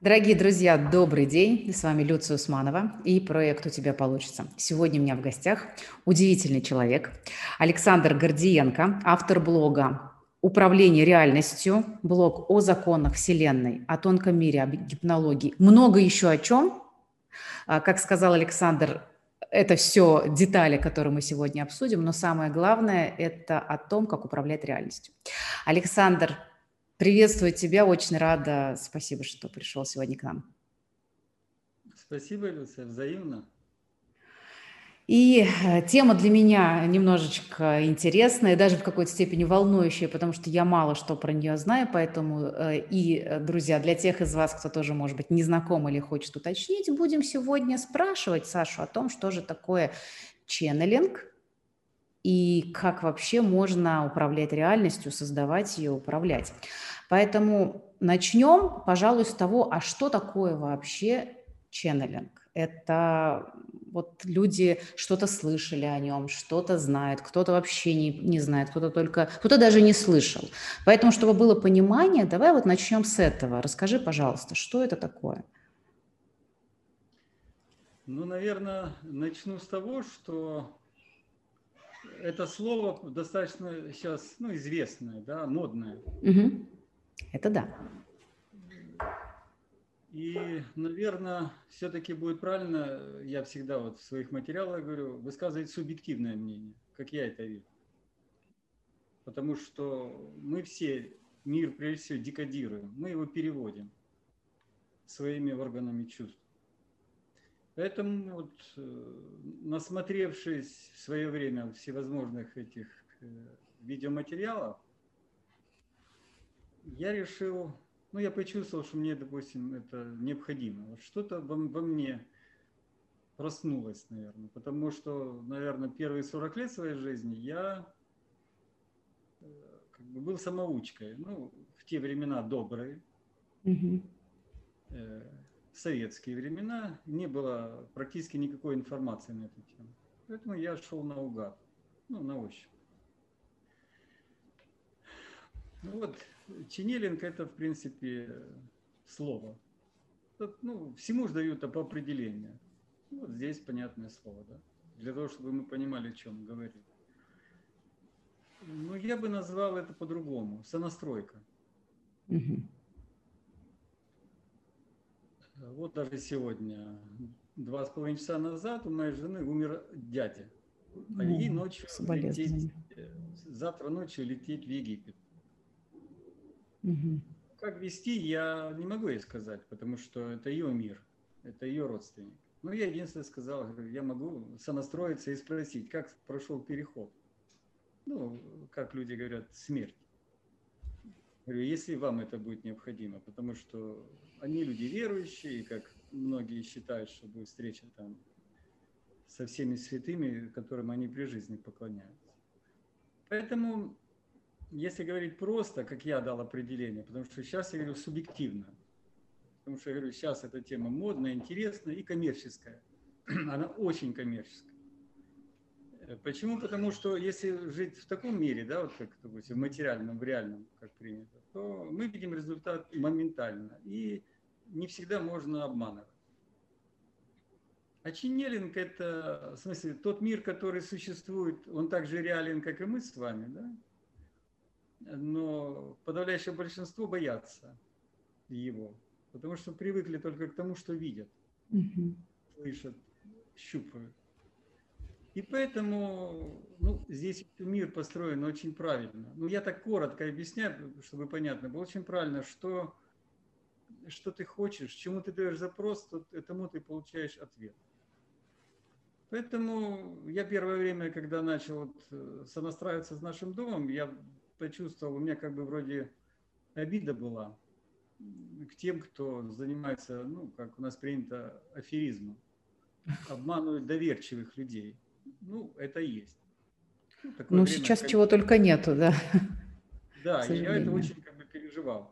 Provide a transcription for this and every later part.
Дорогие друзья, добрый день! С вами Люция Усманова и проект «У тебя получится». Сегодня у меня в гостях удивительный человек Александр Гордиенко, автор блога «Управление реальностью», блог о законах Вселенной, о тонком мире, об гипнологии, много еще о чем. Как сказал Александр, это все детали, которые мы сегодня обсудим, но самое главное – это о том, как управлять реальностью. Александр, приветствую тебя, очень рада. Спасибо, что пришел сегодня к нам. Спасибо, Люция, взаимно. И тема для меня немножечко интересная, даже в какой-то степени волнующая, потому что я мало что про нее знаю, поэтому друзья, для тех из вас, кто тоже, может быть, не знаком или хочет уточнить, будем сегодня спрашивать Сашу о том, что же такое ченнелинг и как вообще можно управлять реальностью, создавать ее, управлять. Поэтому начнем, пожалуй, с того, а что такое вообще ченнелинг? Это вот люди что-то слышали о нем, что-то знают, кто-то вообще не знает, кто-то даже не слышал. Поэтому, чтобы было понимание, давай вот начнем с этого. Расскажи, пожалуйста, что это такое? Ну, наверное, начну с того, что это слово достаточно сейчас, известное, да, модное. Угу. Это да. И, наверное, все-таки будет правильно, я всегда вот в своих материалах говорю, высказывать субъективное мнение, как я это вижу. Потому что мы все мир, прежде всего, декодируем, мы его переводим своими органами чувств. Поэтому вот, насмотревшись в свое время всевозможных этих видеоматериалов, я решил, я почувствовал, что мне, допустим, это необходимо. Вот что-то во мне проснулось, наверное, потому что, наверное, первые 40 лет своей жизни я как бы был самоучкой. Ну, в те времена добрые. Угу. Советские времена не было практически никакой информации на эту тему. Поэтому я шел наугад, на ощупь. Ну вот, ченнелинг – это, в принципе, слово. Всему же дают по определению. Вот здесь понятное слово, да? Для того, чтобы мы понимали, о чем говорим. Ну, я бы назвал это по-другому. Сонастройка. Угу. Вот даже сегодня, 2,5 часа назад, у моей жены умер дядя. А ей ночью лететь, завтра ночью лететь в Египет. Угу. Как вести, я не могу ей сказать, потому что это ее мир, это ее родственник. Но я единственное сказал, я могу сонастроиться и спросить, как прошел переход. Как люди говорят, смерть. Говорю, если вам это будет необходимо, потому что они люди верующие, и как многие считают, что будет встреча там со всеми святыми, которым они при жизни поклоняются. Поэтому, если говорить просто, как я дал определение, потому что сейчас я говорю субъективно, потому что я говорю, сейчас эта тема модная, интересная и коммерческая. Она очень коммерческая. Почему? Потому что если жить в таком мире, да, вот как, допустим, в материальном, в реальном, как принято, то мы видим результат моментально. И не всегда можно обманывать. А ченнелинг – это, в смысле, тот мир, который существует, он так же реален, как и мы с вами, да? Но подавляющее большинство боятся его, потому что привыкли только к тому, что видят, слышат, щупают. И поэтому, здесь мир построен очень правильно. Я так коротко объясняю, чтобы понятно было. Очень правильно, что ты хочешь, чему ты даешь запрос, то этому ты получаешь ответ. Поэтому я первое время, когда начал сонастраиваться с нашим домом, я почувствовал, у меня как бы вроде обида была к тем, кто занимается, как у нас принято, аферизмом, обманывают доверчивых людей. Это есть. Такое время, Сейчас чего только нету, да. Да, я это очень переживал.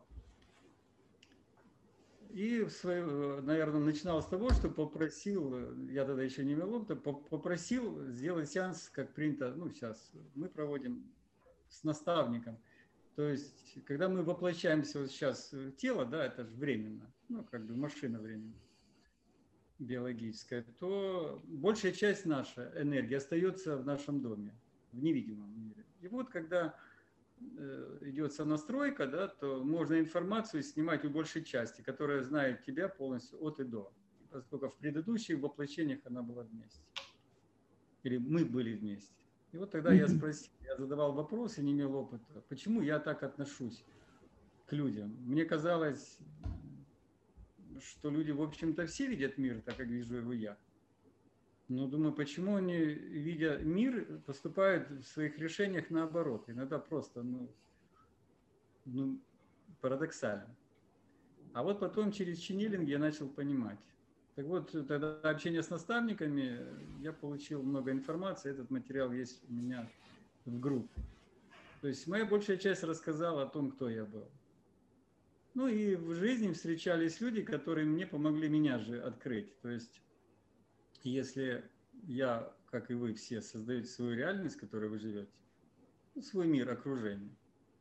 И, наверное, начинал с того, что попросил, я тогда еще не имел опыта, попросил сделать сеанс, как принято, сейчас мы проводим с наставником. То есть, когда мы воплощаемся вот сейчас в тело, да, это же временно. ну, как бы машина времени биологическая, то большая часть нашей энергии остается в нашем доме, в невидимом мире. И вот когда идет сонастройка, да, то можно информацию снимать у большей части, которая знает тебя полностью от и до. Поскольку в предыдущих воплощениях она была вместе. Или мы были вместе. И вот тогда я Мгм. спросил, я задавал вопрос и не имел опыта, почему я так отношусь к людям. Мне казалось, что люди, в общем-то, все видят мир так, как вижу его я. Но думаю, почему они, видя мир, поступают в своих решениях наоборот. Иногда просто, ну парадоксально. А вот потом через ченнелинг я начал понимать. Так вот, тогда общение с наставниками, я получил много информации, этот материал есть у меня в группе. То есть моя большая часть рассказала о том, кто я был. Ну и в жизни встречались люди, которые мне помогли меня же открыть. То есть если я, как и вы все, создаете свою реальность, в которой вы живете, свой мир, окружение,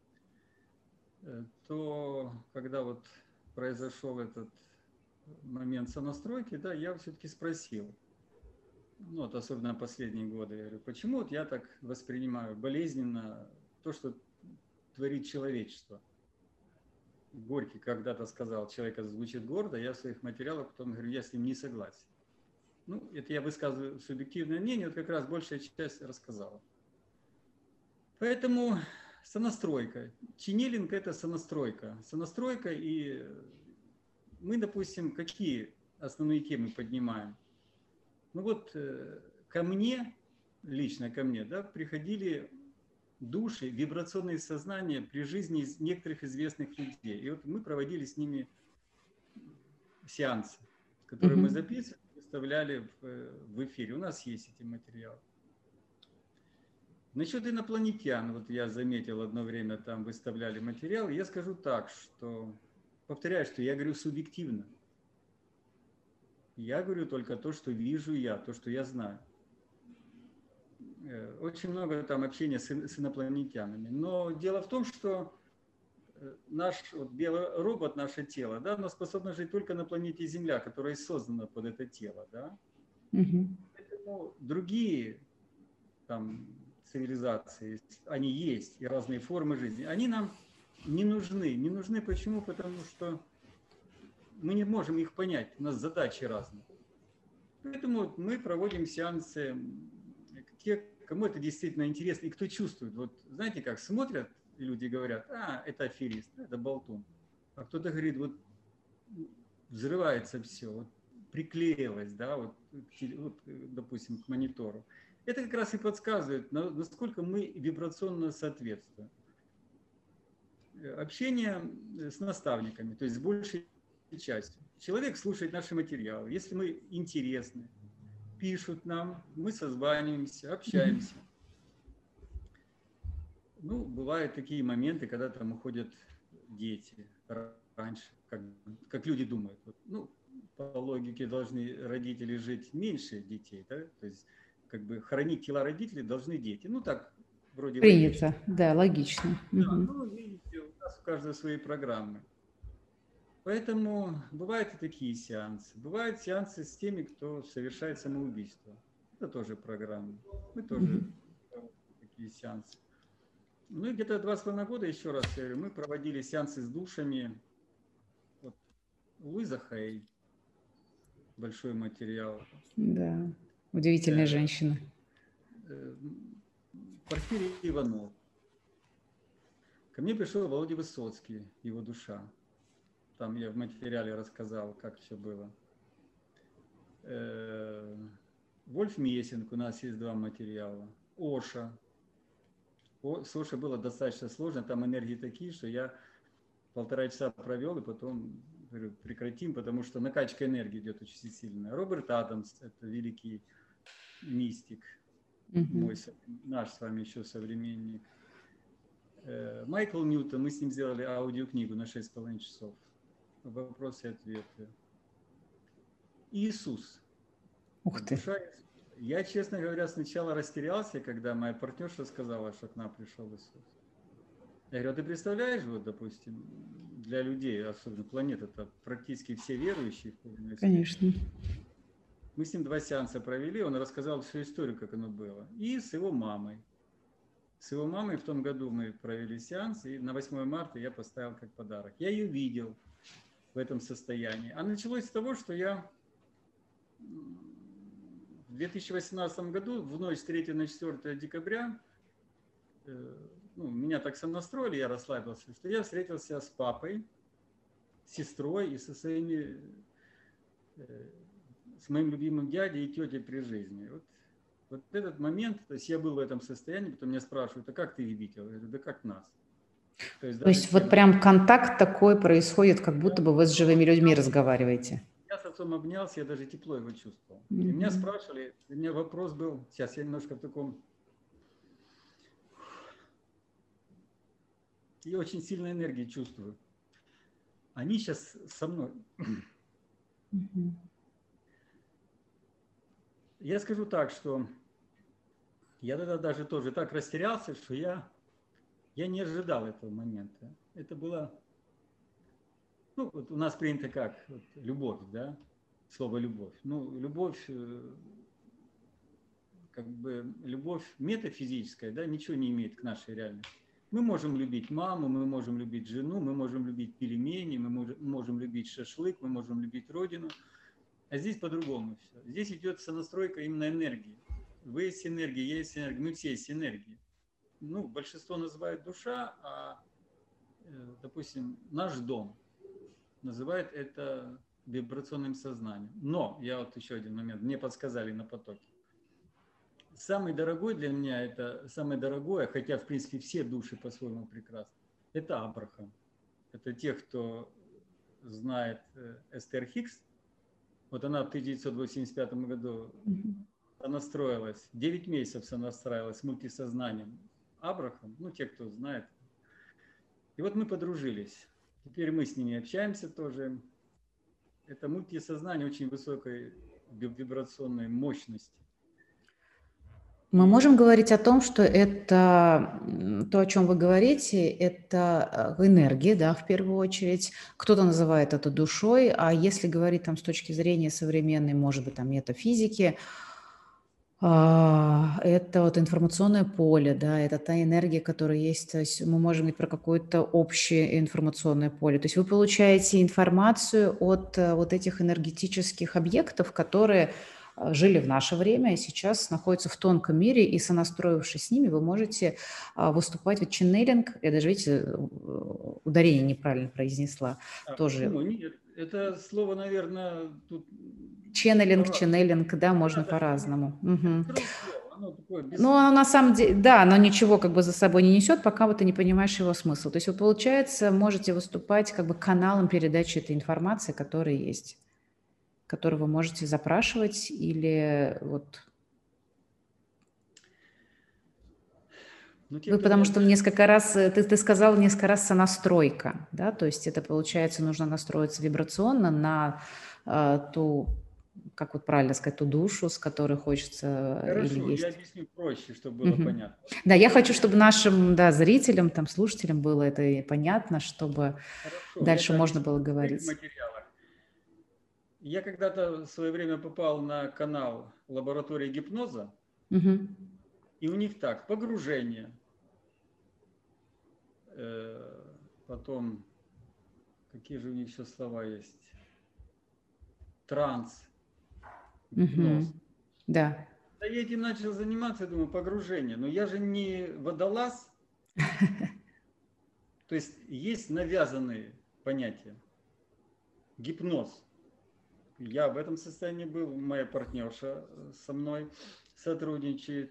то когда вот произошел этот момент сонастройки, да, я все-таки спросил, ну вот особенно последние годы, я говорю, почему вот я так воспринимаю болезненно то, что творит человечество. Горький когда-то сказал, человек звучит гордо, я в своих материалах потом говорю, я с ним не согласен. Ну, это я высказываю субъективное мнение, вот как раз большая часть рассказала. Поэтому сонастройка. Ченнелинг – это сонастройка. Сонастройка, и мы, допустим, какие основные темы поднимаем? Ну вот ко мне, лично ко мне, да, приходили души, вибрационные сознания при жизни некоторых известных людей. И вот мы проводили с ними сеансы, которые мы Мгм. записывали, выставляли в эфире. У нас есть эти материалы. Насчет инопланетян, вот я заметил, одно время там выставляли материал. Я скажу так, что, повторяю, что я говорю субъективно. Я говорю только то, что вижу я, то, что я знаю. Очень много там общения с инопланетянами. Но дело в том, что наш вот, биоробот, наше тело, да, оно способно жить только на планете Земля, которая создана под это тело. Да? Мгм. Поэтому другие там, цивилизации, они есть, и разные формы жизни, они нам не нужны. Не нужны почему? Потому что мы не можем их понять, у нас задачи разные. Поэтому мы проводим сеансы, те, кому это действительно интересно, и кто чувствует. Вот знаете как, смотрят, и люди говорят, это аферист, это болтун. А кто-то говорит, вот взрывается все, вот приклеилось, да, допустим, к монитору. Это как раз и подсказывает, насколько мы вибрационно соответствуем. Общение с наставниками, то есть с большей частью. Человек слушает наши материалы. Если мы интересны, пишут нам, мы созваниваемся, Мгм. общаемся. Ну, бывают такие моменты, когда там уходят дети раньше, как люди думают. Ну, по логике должны родители жить меньше детей, да? То есть как бы хоронить тела родителей должны дети. Ну, так, вроде логично. Принято, да, логично. Да, Мгм. ну, видите, у нас у каждого свои программы. Поэтому бывают и такие сеансы. Бывают сеансы с теми, кто совершает самоубийство. Это тоже программа. Мы тоже Мгм. такие сеансы. Ну и где-то 2,5 года, еще раз я говорю, мы проводили сеансы с душами. Вот, Луиза Хей, большой материал. Да, удивительная Э, женщина. э, Порфирий Иванов. Ко мне пришел Володя Высоцкий, его душа. Там я в материале рассказал, как все было. Вольф Мессинг, у нас есть 2 материала. Оша. С Ошей было достаточно сложно, там энергии такие, что я 1,5 часа провел, и потом говорю, прекратим, потому что накачка энергии идет очень сильная. Роберт Адамс, это великий мистик, Мгм. наш с вами еще современник. Майкл Ньютон, мы с ним сделали аудиокнигу на 6,5 часов. Вопросы и ответы. Иисус. Ух ты. Душа Иисуса. Я, честно говоря, сначала растерялся, когда моя партнерша сказала, что к нам пришел Иисус. Я говорю, а ты представляешь, вот, допустим, для людей, особенно планета, это практически все верующие. Конечно. Мы с ним 2 сеанса провели, он рассказал всю историю, как оно было. И с его мамой. С его мамой в том году мы провели сеанс, и на 8 марта я поставил как подарок. Я ее видел в этом состоянии. А началось с того, что я в 2018 году, в ночь с 3 на 4 декабря, меня так сонастроили, я расслабился, что я встретился с папой, с сестрой и со своими, с моим любимым дядей и тетей при жизни. Вот этот момент, то есть я был в этом состоянии, потом меня спрашивают, а как ты их видел? Я говорю, да как нас. То есть вот прям контакт такой происходит, как будто бы вы с живыми людьми разговариваете. Я с отцом обнялся, я даже тепло его чувствовал. И меня спрашивали, у меня вопрос был, сейчас я немножко в таком... Я очень сильной энергии чувствую. Они сейчас со мной. Я скажу так, что я тогда даже тоже так растерялся, что я не ожидал этого момента. Это было... вот у нас принято как? Вот, любовь, да? Слово «любовь». Любовь, как бы, любовь метафизическая, да, ничего не имеет к нашей реальности. Мы можем любить маму, мы можем любить жену, мы можем любить пельмени, мы можем любить шашлык, мы можем любить родину. А здесь по-другому все. Здесь идет сонастройка именно энергии. Вы есть энергия, я есть энергия, мы все есть энергии. Большинство называют душа, а, допустим, наш дом называет это вибрационным сознанием. Но, я вот еще один момент, мне подсказали на потоке. Самый дорогой для меня, это самое дорогое, хотя, в принципе, все души по-своему прекрасны, это Абрахам. Это те, кто знает Эстер Хикс. Вот она в 1985 году сонастроилась, 9 месяцев сонастраивалась с мультисознанием Абрахам, те, кто знает. И вот мы подружились. Теперь мы с ними общаемся тоже. Это мультисознание очень высокой вибрационной мощности. Мы можем говорить о том, что это то, о чем вы говорите, это энергия, да, в первую очередь. Кто-то называет это душой, а если говорить там с точки зрения современной, может быть, там метафизики, это вот информационное поле, да, это та энергия, которая есть, то есть мы можем говорить про какое-то общее информационное поле. То есть вы получаете информацию от вот этих энергетических объектов, которые жили в наше время и сейчас находятся в тонком мире, и сонастроившись с ними, вы можете выступать. Вот ченнелинг, я даже, видите, ударение неправильно произнесла, тоже. Нет, это слово, наверное, тут... Ченнелинг, да, можно по-разному. Оно на самом деле, да, оно ничего как бы за собой не несет, пока вот ты не понимаешь его смысл. То есть вы, получается, можете выступать как бы каналом передачи этой информации, которая есть, которую вы можете запрашивать или вот... Вы потому что несколько раз, ты сказал несколько раз сонастройка, да, то есть это, получается, нужно настроиться вибрационно на ту, как вот правильно сказать, ту душу, с которой хочется. Хорошо, или есть. Я объясню проще, чтобы было понятно. Да, я хочу, чтобы нашим зрителям, там, слушателям было это понятно, чтобы дальше можно было говорить. Я когда-то в свое время попал на канал лаборатории гипноза, и у них так, погружение, потом, какие же у них еще слова есть, транс, гипноз. Да. Да я этим начал заниматься, я думаю, погружение, но я же не водолаз, то есть навязанные понятия, гипноз. Я в этом состоянии был, моя партнерша со мной сотрудничает.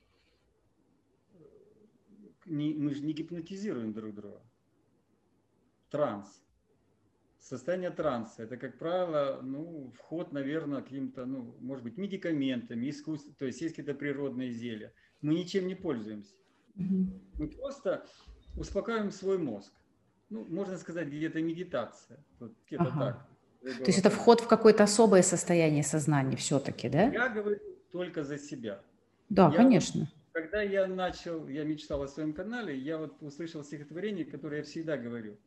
Мы же не гипнотизируем друг друга. Транс. Состояние транса. Это, как правило, вход, наверное, каким-то, может быть, медикаментами, искусством. То есть какие-то природные зелья. Мы ничем не пользуемся. Мы просто успокаиваем свой мозг. Можно сказать, где-то медитация. Где-то так. То есть это вход в какое-то особое состояние сознания все-таки, да? Я говорю только за себя. Да, конечно. Когда я мечтал о своем канале, я вот услышал стихотворение, которое я всегда говорю.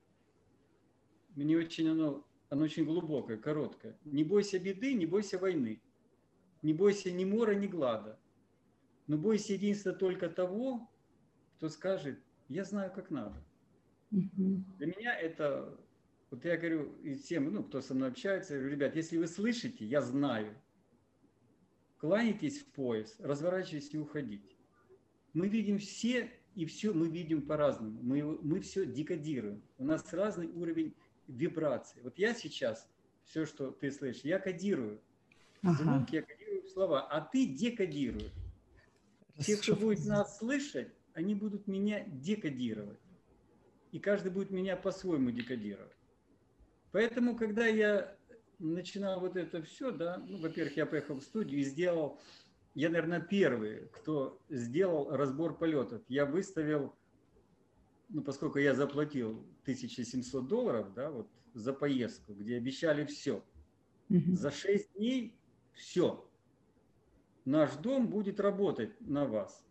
Мне оно очень глубокое, короткое. Не бойся беды, не бойся войны. Не бойся ни мора, ни глада. Но бойся единства только того, кто скажет, я знаю, как надо. Для меня это, вот я говорю и всем, ну, кто со мной общается, я говорю, ребят, если вы слышите, я знаю. Кланяйтесь в пояс, разворачивайтесь и уходите. Мы видим все, и все мы видим по-разному. Мы все декодируем. У нас разный уровень вибрации. Вот я сейчас, все, что ты слышишь, я кодирую. Ага. Звук я кодирую в слова, а ты декодируешь. Те, кто будет Расшифровать. нас слышать, они будут меня декодировать. И каждый будет меня по-своему декодировать. Поэтому, когда я начинал вот это все, да, ну, во-первых, я поехал в студию и сделал, я, наверное, первый, кто сделал разбор полетов. Я выставил, ну, поскольку я заплатил $1700, да, вот за поездку, где обещали все. За 6 дней все. Наш дом будет работать на вас.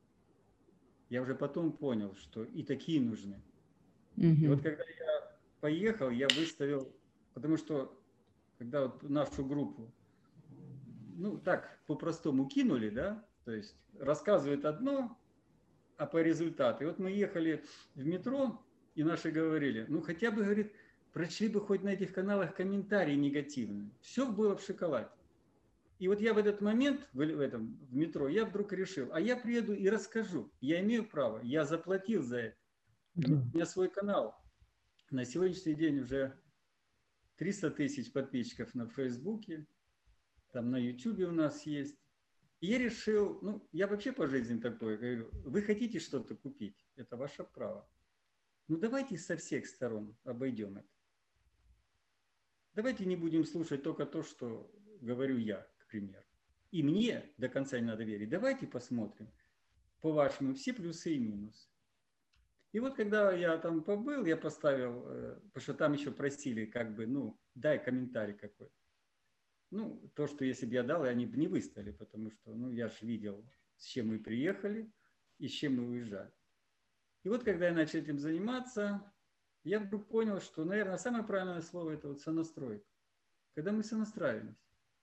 Я уже потом понял, что и такие нужны. И вот когда я поехал, я выставил, потому что когда вот нашу группу, ну так, по-простому кинули, да, то есть рассказывают одно, а по результату. И вот мы ехали в метро, и наши говорили, ну хотя бы, говорит, прочли бы хоть на этих каналах комментарии негативные. Все было в шоколаде. И вот я в этот момент, в метро, я вдруг решил, а я приеду и расскажу. Я имею право, я заплатил за это. У Да. меня свой канал. На сегодняшний день уже 300 тысяч подписчиков на Фейсбуке, там на Ютубе у нас есть. И я решил, ну, я вообще по жизни такой, говорю, вы хотите что-то купить, это ваше право. Ну, давайте со всех сторон обойдем это. Давайте не будем слушать только то, что говорю я, к примеру. И мне до конца не надо верить. Давайте посмотрим, по-вашему, все плюсы и минусы. И вот когда я там побыл, я поставил, потому что там еще просили, как бы, ну, дай комментарий какой-то. Ну, то, что если бы я дал, они бы не выставили, потому что, ну, я же видел, с чем мы приехали и с чем мы уезжали. И вот, когда я начал этим заниматься, я вдруг понял, что, наверное, самое правильное слово – это вот сонастройка. Когда мы сонастраиваемся.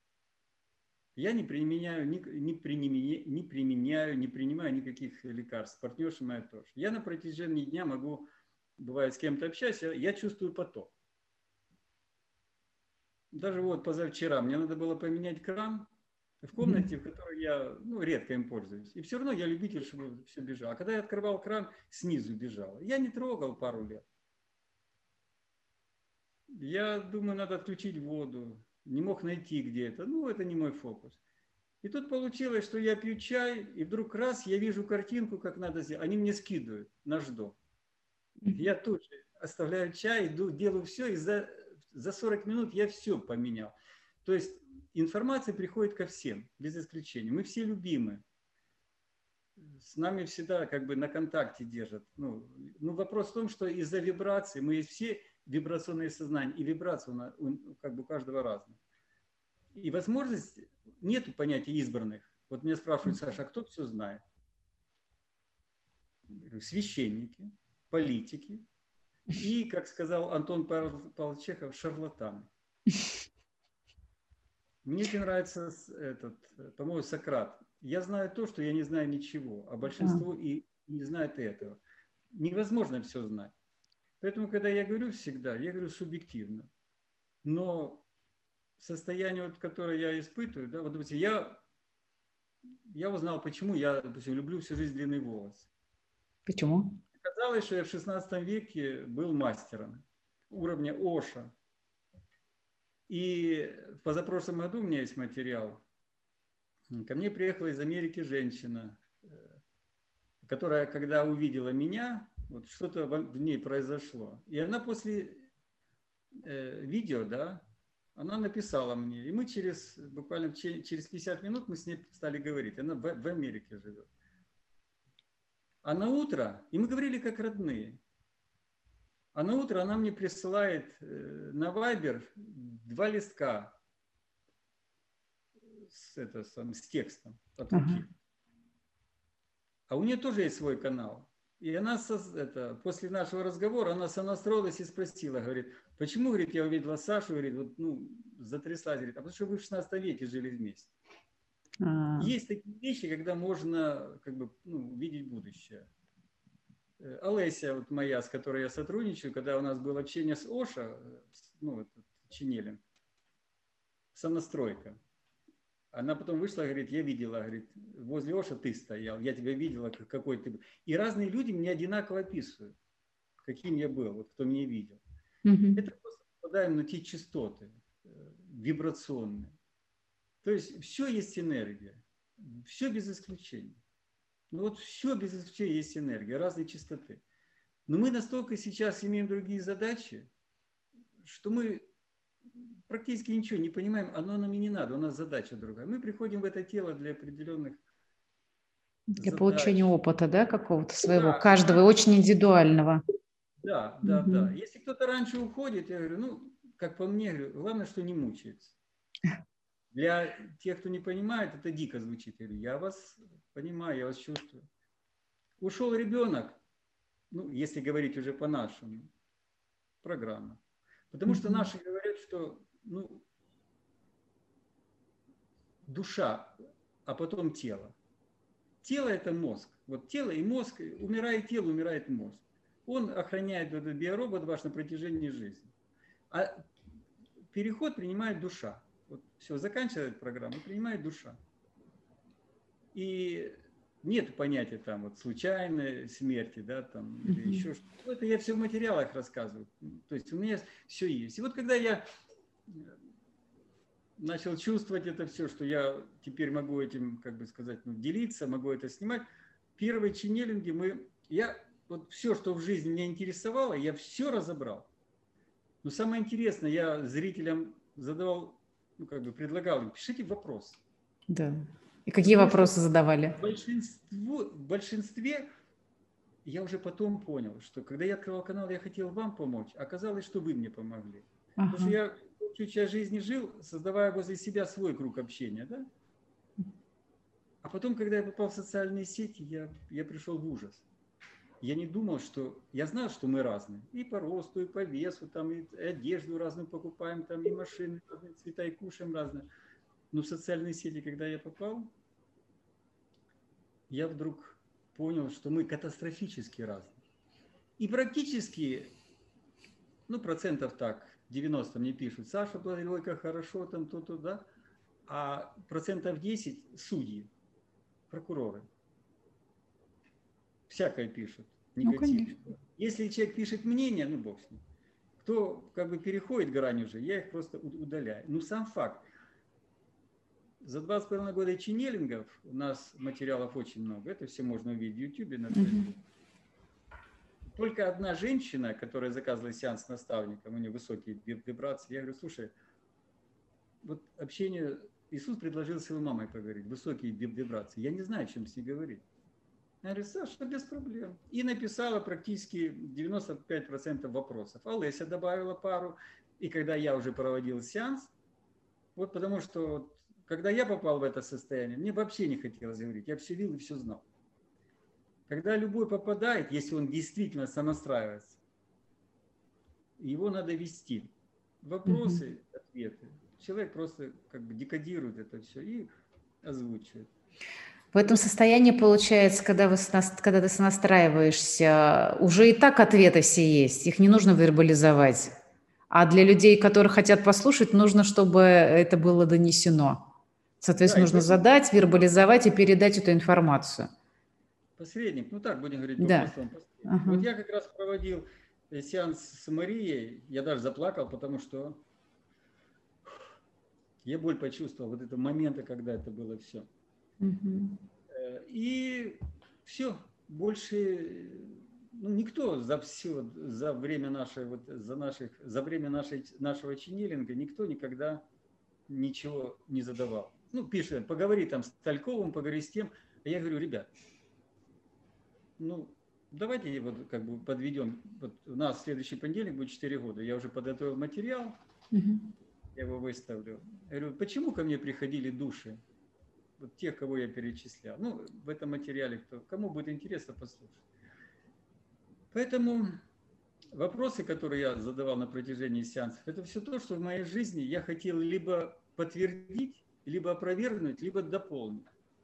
Я не применяю никаких лекарств. Партнерша моя тоже. Я на протяжении дня могу, бывает, с кем-то общаюсь, я чувствую поток. Даже вот позавчера мне надо было поменять кран в комнате, в которой я, ну, редко им пользуюсь. И все равно я любитель, чтобы все бежало. А когда я открывал кран, снизу бежало. Я не трогал пару лет. Я думаю, надо отключить воду. Не мог найти где это. Ну, это не мой фокус. И тут получилось, что я пью чай, и вдруг раз я вижу картинку, как надо сделать. Они мне скидывают наш дом. Я тут же оставляю чай, иду, делаю все, и за 40 минут я все поменял. То есть информация приходит ко всем, без исключения. Мы все любимы. С нами всегда как бы на контакте держат. Ну, вопрос в том, что из-за вибрации, мы все вибрационные сознания, и вибрация как бы у каждого разная. И возможность, нету понятия избранных. Вот меня спрашивают, Саша, а кто все знает? Священники, политики и, как сказал Антон Павлович Чехов, шарлатаны. Мне очень нравится по-моему, Сократ. Я знаю то, что я не знаю ничего, а большинство и не знает этого. Невозможно все знать. Поэтому, когда я говорю всегда, я говорю субъективно. Но состояние, вот, которое я испытываю, да, вот, допустим, я узнал, почему я, допустим, люблю всю жизнь длинные волосы. Почему? Оказалось, что я в 16 веке был мастером уровня Оша. И в позапрошлом году у меня есть материал. Ко мне приехала из Америки женщина, которая, когда увидела меня, вот что-то в ней произошло. И она после видео, да, она написала мне. И мы буквально через 50 минут мы с ней стали говорить. Она в Америке живет. А на утро, и мы говорили как родные. А на утро она мне присылает на Viber 2 листка с текстом от руки. А у нее тоже есть свой канал. И она после нашего разговора она сонастроилась и спросила, говорит, почему, говорит, я увидела Сашу, говорит, вот, ну, затряслась, говорит, а потому что вы в 16 веке жили вместе. Есть такие вещи, когда можно как бы, ну, видеть будущее. Олеся, вот моя, с которой я сотрудничаю, когда у нас было общение с Оша, ну, Чинелин, сонастройка. Она потом вышла, говорит, я видела, говорит, возле Оша ты стоял, я тебя видела, какой ты был. И разные люди мне одинаково описывают, каким я был, вот кто меня видел. Это просто попадаем на те частоты вибрационные. То есть все есть энергия, все без исключения. Ну вот все без исключения есть энергия, разные частоты. Но мы настолько сейчас имеем другие задачи, что мы практически ничего не понимаем, оно нам и не надо, у нас задача другая. Мы приходим в это тело для определенных Для получения задач. опыта, да, какого-то своего, Да, каждого, очень индивидуального. да, да, да. Если кто-то раньше уходит, я говорю, ну, как по мне, говорю, главное, что не мучается. Для тех, кто не понимает, это дико звучит. Я говорю, я вас понимаю, я вас чувствую. Ушел ребенок, ну, если говорить уже по-нашему, программа. Потому что наши говорят, что, ну, душа, а потом тело. Тело – это мозг. Вот тело и мозг, умирает тело, умирает мозг. Он охраняет этот биоробот ваш на протяжении жизни. А переход принимает душа. Вот все, заканчивает программу, принимает душа. И нет понятия там вот случайной смерти, да, там, или еще что-то. Это я все в материалах рассказываю. То есть у меня все есть. И вот когда я начал чувствовать это все, что я теперь могу этим, как бы сказать, ну, делиться, могу это снимать. Первые ченнелинги я вот все, что в жизни меня интересовало, я все разобрал. Но самое интересное, я зрителям задавал, ну, как бы предлагал им, пишите вопросы. Да. И какие вопросы задавали? В большинстве я уже потом понял, что когда я открывал канал, я хотел вам помочь, оказалось, что вы мне помогли. Потому что я чуть часть жизни жил, создавая возле себя свой круг общения, да? А потом, когда я попал в социальные сети, я пришел в ужас. Я не думал, что... Я знал, что мы разные. И по росту, и по весу, там, и одежду разную покупаем, там, и машины разные, цвета, и кушаем разные. Но в социальные сети, когда я попал, я вдруг понял, что мы катастрофически разные. И практически, ну, процентов так, 90 мне пишут, Саша, ой, как хорошо, там, то-то, да. А процентов 10 судьи, прокуроры. Всякое пишут, негатив. Ну, если человек пишет мнение, ну, бог с ним. Кто как бы переходит грань уже, я их просто удаляю. Ну, сам факт. За 2,5 года ченнелингов у нас материалов очень много. Это все можно увидеть в YouTube, на Фейсбуке. Только одна женщина, которая заказывала сеанс с наставником, у нее высокие вибрации, я говорю, слушай, вот общение, Иисус предложил с его мамой поговорить, высокие вибрации. Я не знаю, о чем с ней говорить. Я говорю, Саша, без проблем. И написала практически 95% вопросов. А Леся добавила пару. И когда я уже проводил сеанс, вот потому что, когда я попал в это состояние, мне вообще не хотелось говорить. Я все видел и все знал. Когда любой попадает, если он действительно сонастраивается, его надо вести. Вопросы, ответы. Человек просто как бы декодирует это все и озвучивает. В этом состоянии, получается, когда ты сонастраиваешься, уже и так ответы все есть, их не нужно вербализовать. А для людей, которые хотят послушать, нужно, чтобы это было донесено. Соответственно, нужно задать, вербализовать и передать эту информацию. Посредник, ну так будем говорить по-простому. Да. Вот я как раз проводил сеанс с Марией, я даже заплакал, потому что я боль почувствовал, вот этого момента, когда это было все. И все, больше никто за время нашего ченнелинга никто никогда ничего не задавал. Ну, пишет, поговори там с Тальковым, поговори с тем. А я говорю, ребят, ну, давайте вот как бы подведем. Вот у нас в следующий понедельник будет 4 года. Я уже подготовил материал, я его выставлю. Я говорю, почему ко мне приходили души вот тех, кого я перечислял. Ну, в этом материале, кому будет интересно, послушать. Поэтому вопросы, которые я задавал на протяжении сеансов, это все то, что в моей жизни я хотел либо подтвердить, либо опровергнуть, либо дополнить.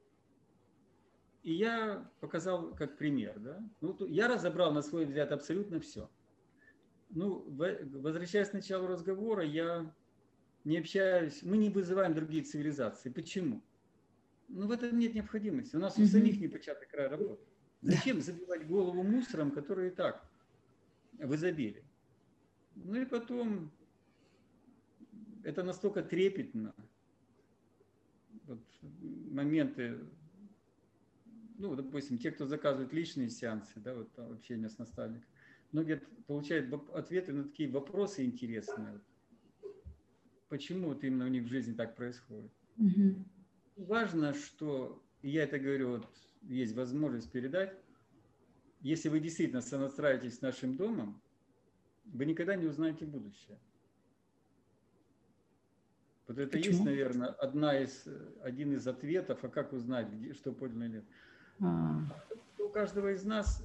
И я показал как пример. Да? Ну, я разобрал, на свой взгляд, абсолютно все. Ну, возвращаясь к началу разговора, я не общаюсь, мы не вызываем другие цивилизации. Почему? Ну, в этом нет необходимости. У нас у самих непочатый край работы. Зачем забивать голову мусором, который и так в изобилии? Ну и потом, это настолько трепетно. Вот моменты, ну, допустим, те, кто заказывает личные сеансы, да, вот общение с наставником, многие получают ответы на такие вопросы интересные. Почему вот именно у них в жизни так происходит? Важно, что, и я это говорю, вот есть возможность передать, если вы действительно сонастраиваетесь с нашим домом, вы никогда не узнаете будущее. Вот это Почему? Есть, наверное, один из ответов, а как узнать, что подлинно или нет. У каждого из нас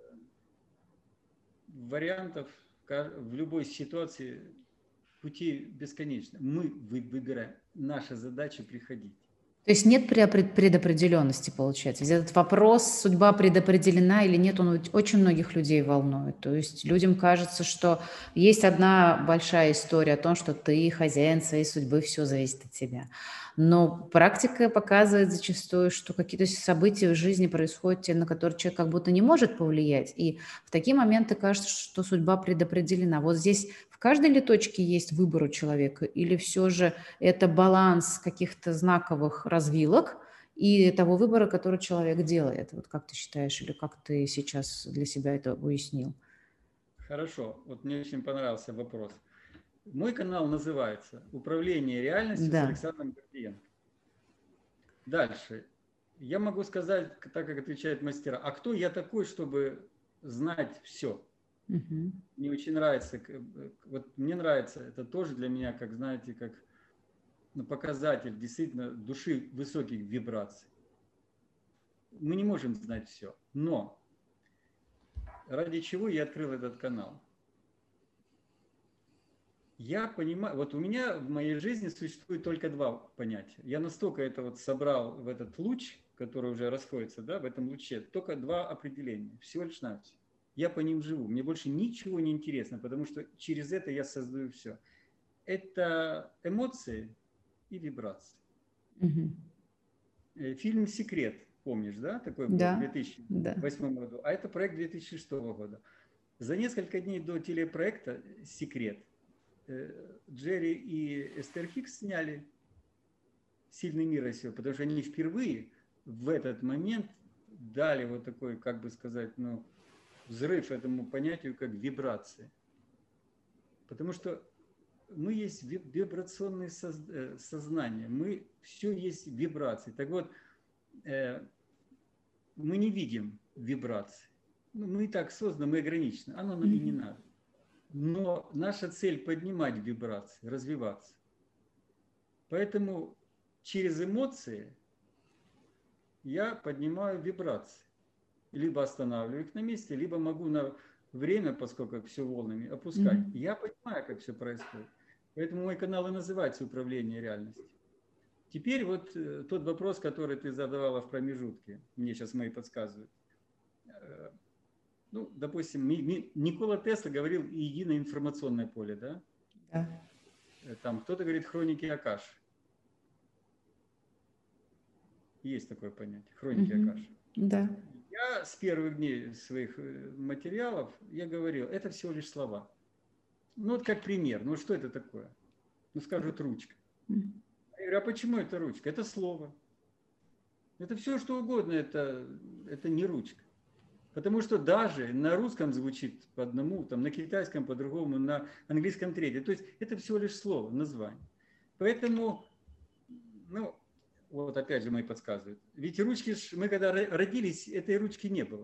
вариантов в любой ситуации пути бесконечны. Мы выбираем. Наша задача приходить. То есть нет предопределенности, получается. Этот вопрос, судьба предопределена или нет, он очень многих людей волнует. То есть людям кажется, что есть одна большая история о том, что ты хозяин своей судьбы, все зависит от тебя. Но практика показывает зачастую, что какие-то события в жизни происходят, на которые человек как будто не может повлиять. И в такие моменты кажется, что судьба предопределена. Вот здесь в каждой ли точке есть выбор у человека? Или все же это баланс каких-то знаковых развилок и того выбора, который человек делает? Вот как ты считаешь, или как ты сейчас для себя это уяснил? Хорошо. Вот мне очень понравился вопрос. Мой канал называется «Управление реальностью» с Александром Гордиенко. Дальше. Я могу сказать, так как отвечают мастера, а кто я такой, чтобы знать все? Мне очень нравится, вот мне нравится, это тоже для меня, как знаете, как показатель действительно души высоких вибраций. Мы не можем знать все, но ради чего я открыл этот канал? Я понимаю, вот у меня в моей жизни существует только два понятия. Я настолько это вот собрал в этот луч, который уже расходится, да, в этом луче, только два определения, всего лишь навсего. Я по ним живу, мне больше ничего не интересно, потому что через это я создаю все. Это эмоции и вибрации. Фильм «Секрет», помнишь, да, такой был в 2008 году, а это проект 2006 года. За несколько дней до телепроекта «Секрет» Джерри и Эстер Хикс сняли «Сильный мир России», потому что они впервые в этот момент дали вот такой, как бы сказать, ну, взрыв этому понятию, как вибрации. Потому что мы есть вибрационное сознание, мы все есть вибрации. Так вот, мы не видим вибрации. Ну, мы и так созданы, мы ограничены. Оно нам и не надо. Но наша цель поднимать вибрации, развиваться. Поэтому через эмоции я поднимаю вибрации. Либо останавливаю их на месте, либо могу на время, поскольку все волнами, опускать. Я понимаю, как все происходит. Поэтому мой канал и называется «Управление реальностью». Теперь вот тот вопрос, который ты задавала в промежутке, мне сейчас мои подсказывают. Ну, допустим, Никола Тесла говорил единое информационное поле, да? Да. Там кто-то говорит хроники Акаши. Есть такое понятие, хроники Акаши. Да. Я с первых дней своих материалов, я говорил, это всего лишь слова. Ну, вот как пример, ну что это такое? Ну, скажут ручка. Я говорю, а почему это ручка? Это слово. Это все, что угодно, это не ручка. Потому что даже на русском звучит по одному, там, на китайском по-другому, на английском третье. То есть это всего лишь слово, название. Поэтому, ну, вот опять же мои подсказывают. Ведь ручки, мы когда родились, этой ручки не было.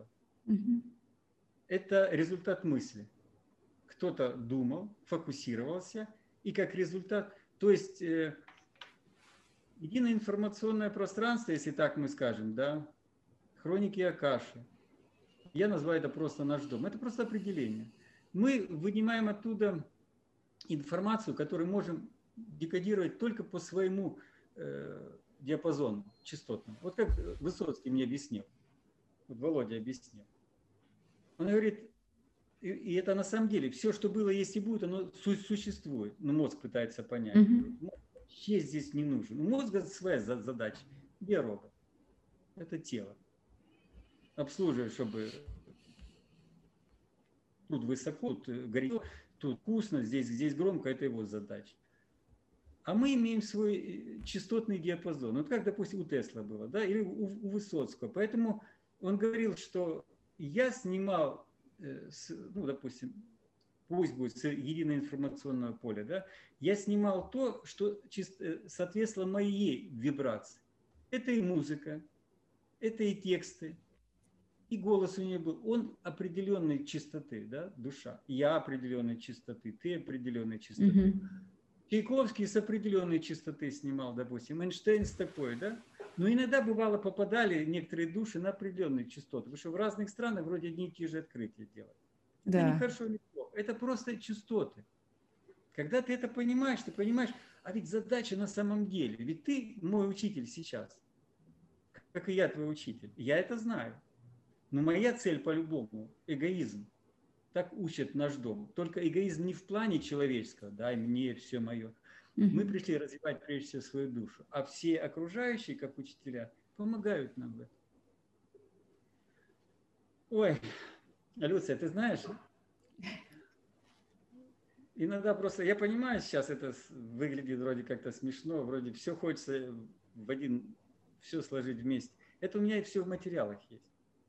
Это результат мысли. Кто-то думал, фокусировался, и как результат, то есть единое информационное пространство, если так мы скажем, да, хроники Акаши. Я называю это просто наш дом. Это просто определение. Мы вынимаем оттуда информацию, которую можем декодировать только по своему диапазону частотному. Вот как Высоцкий мне объяснил, вот Володя объяснил. Он говорит, и это на самом деле, все, что было, есть и будет, оно существует. Но мозг пытается понять. Вообще здесь не нужен. У мозга своя задача. Биоробот. Это тело. Обслуживает, чтобы тут высоко, тут горячо, тут вкусно, здесь громко, это его задача. А мы имеем свой частотный диапазон. Вот как, допустим, у Тесла было, да, или у Высоцкого. Поэтому он говорил, что я снимал, ну, допустим, пусть будет с единого информационного поля, да, я снимал то, что соответствовало моей вибрации. Это и музыка, это и тексты, и голос у нее был. Он определенной чистоты, да, душа. Я определенной чистоты, ты определенной чистоты. Чайковский с определенной частоты снимал, допустим, Эйнштейн с такой, да? Но иногда бывало попадали некоторые души на определенные частоты, потому что в разных странах вроде одни и те же открытия делают. Да. Это не хорошо, не плохо. Это просто частоты. Когда ты это понимаешь, а ведь задача на самом деле, ведь ты мой учитель сейчас, как и я твой учитель. Я это знаю. Но моя цель по-любому – эгоизм. Так учит наш дом. Только эгоизм не в плане человеческого, дай мне все мое. Мы пришли развивать прежде всего свою душу, а все окружающие, как учителя, помогают нам в этом. Ой, Люция, ты знаешь, иногда просто, я понимаю, сейчас это выглядит вроде как-то смешно, вроде все хочется в один, все сложить вместе. Это у меня и все в материалах есть.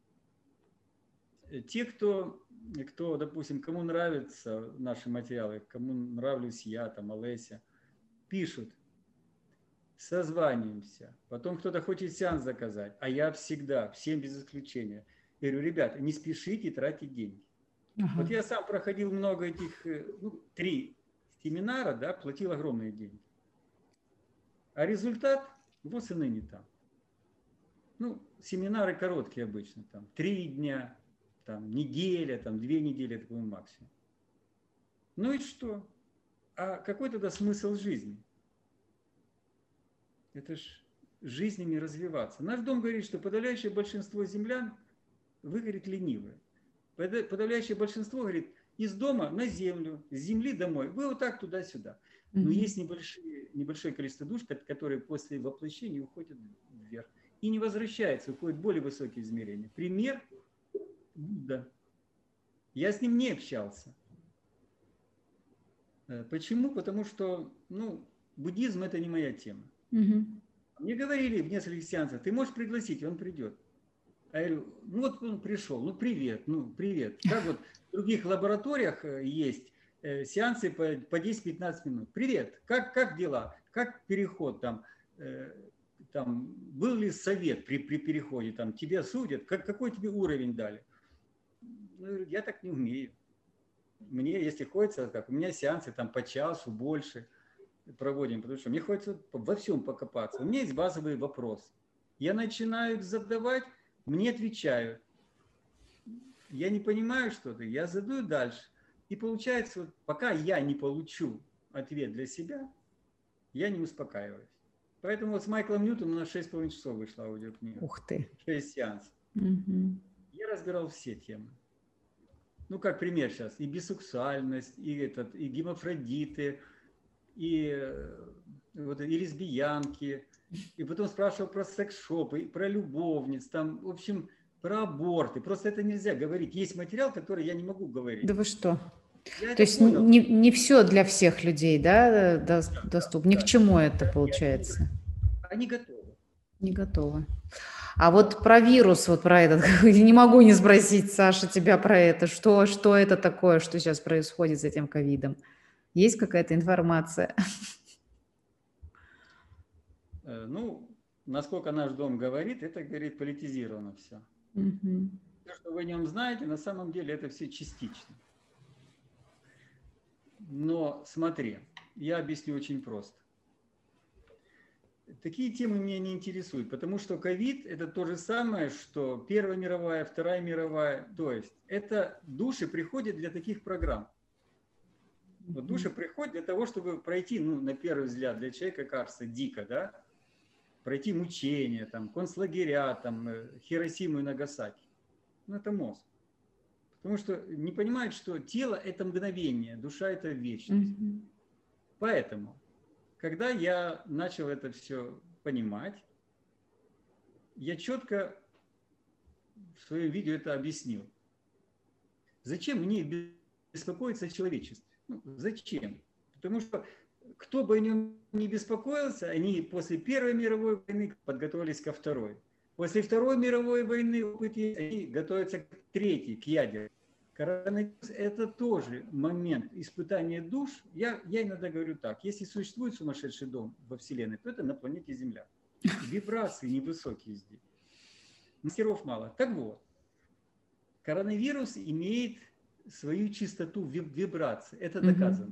Те, кто, допустим, кому нравятся наши материалы, кому нравлюсь я, там, Олеся, пишут, созваниваемся, потом кто-то хочет сеанс заказать, а я всегда, всем без исключения, говорю, ребята, не спешите тратить деньги. Вот я сам проходил много этих, 3 семинара, да, платил огромные деньги. А результат вот и ныне там. Семинары короткие обычно, там, 3 дня, там, неделя, там, 2 недели, это максимум. Ну и что? А какой тогда смысл жизни? Это ж жизнями развиваться. Наш дом говорит, что подавляющее большинство землян, вы, говорит, ленивые. Подавляющее большинство, говорит, из дома на землю, с земли домой. Вы вот так туда-сюда. Но есть небольшое количество душ, которые после воплощения уходят вверх. И не возвращаются, уходят в более высокие измерения. Пример Будда. Я с ним не общался. Почему? Потому что, буддизм – это не моя тема. Мне говорили в нескольких сеансах, ты можешь пригласить, он придет. А я говорю, вот он пришел, привет, привет. Как вот в других лабораториях есть сеансы по 10-15 минут. Привет, как дела? Как переход там? Был ли совет при переходе? Там тебя судят? Какой тебе уровень дали? Я так не умею. Мне, если хочется, у меня сеансы там по часу, больше проводим, потому что мне хочется во всем покопаться. У меня есть базовые вопросы. Я начинаю их задавать, мне отвечают. Я не понимаю что-то, я задаю дальше. И получается, пока я не получу ответ для себя, я не успокаиваюсь. Поэтому вот с Майклом Ньютоном на 6,5 часов вышла аудиокнига. Ух ты. 6 сеансов. Я разбирал все темы. Как пример сейчас. И бисексуальность, и гемофродиты, и лесбиянки. И потом спрашивал про секс-шопы, про любовниц, там, в общем, про аборты. Просто это нельзя говорить. Есть материал, который я не могу говорить. Да вы что? То есть не все для всех людей, да, доступно? Ни к чему это получается? Они готовы. Не готовы. А вот про вирус, вот про этот, не могу не спросить, Саша, тебя про это. Что это такое, что сейчас происходит с этим ковидом? Есть какая-то информация? Насколько наш дом говорит, это, говорит, политизировано все. То, что вы о нем знаете, на самом деле это все частично. Но смотри, я объясню очень просто. такие темы меня не интересуют, потому что ковид – это то же самое, что Первая мировая, Вторая мировая. То есть это души приходят для таких программ. Вот души приходят для того, чтобы пройти, ну, на первый взгляд, для человека кажется дико, да? Пройти мучения, там, концлагеря, там, Хиросиму и Нагасаки. Ну, это мозг. Потому что не понимают, что тело – это мгновение, душа – это вечность. Поэтому, когда я начал это все понимать, я четко в своем видео это объяснил. Зачем мне беспокоиться о человечестве? Ну, зачем? Потому что кто бы о нем не беспокоился, они после Первой мировой войны подготовились ко Второй. После Второй мировой войны они готовятся к Третьей, к ядерной. Коронавирус – это тоже момент испытания душ. Я иногда говорю так, если существует сумасшедший дом во Вселенной, то это на планете Земля. Вибрации невысокие здесь. Мастеров мало. Так вот, коронавирус имеет свою чистоту вибраций. Это доказано.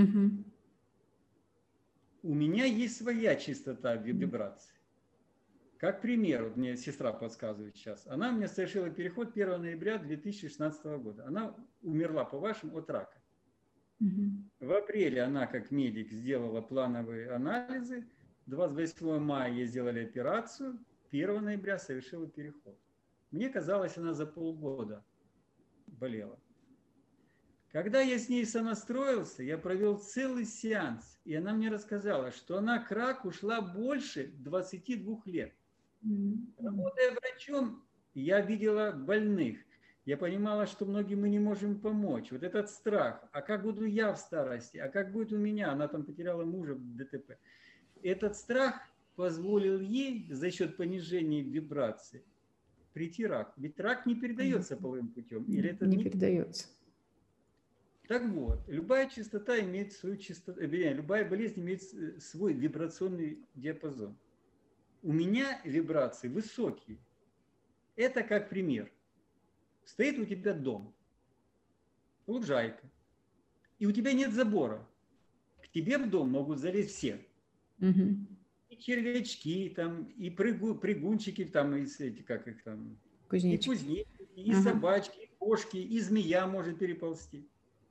У меня есть своя чистота вибраций. Как пример, вот мне сестра подсказывает сейчас. Она мне совершила переход 1 ноября 2016 года. Она умерла, по-вашему, от рака. В апреле она, как медик, сделала плановые анализы. 28 мая ей сделали операцию. 1 ноября совершила переход. Мне казалось, она за полгода болела. Когда я с ней сонастроился, я провел целый сеанс, и она мне рассказала, что она к раку ушла больше 22 лет. Работая врачом, я видела больных. Я понимала, что многим мы не можем помочь. Вот этот страх. А как буду я в старости? А как будет у меня? Она там потеряла мужа в ДТП. Этот страх позволил ей за счет понижения вибрации прийти рак. Ведь рак не передается половым путем. Или это не передается. Так вот, любая частота имеет свою частоту, любая болезнь имеет свой вибрационный диапазон. У меня вибрации высокие. Это как пример. Стоит у тебя дом, лужайка, и у тебя нет забора. К тебе в дом могут залезть все. И червячки, там, и прыгунчики, там, и как их там, кузнечики. И кузнечики, и собачки, и кошки, и змея может переползти.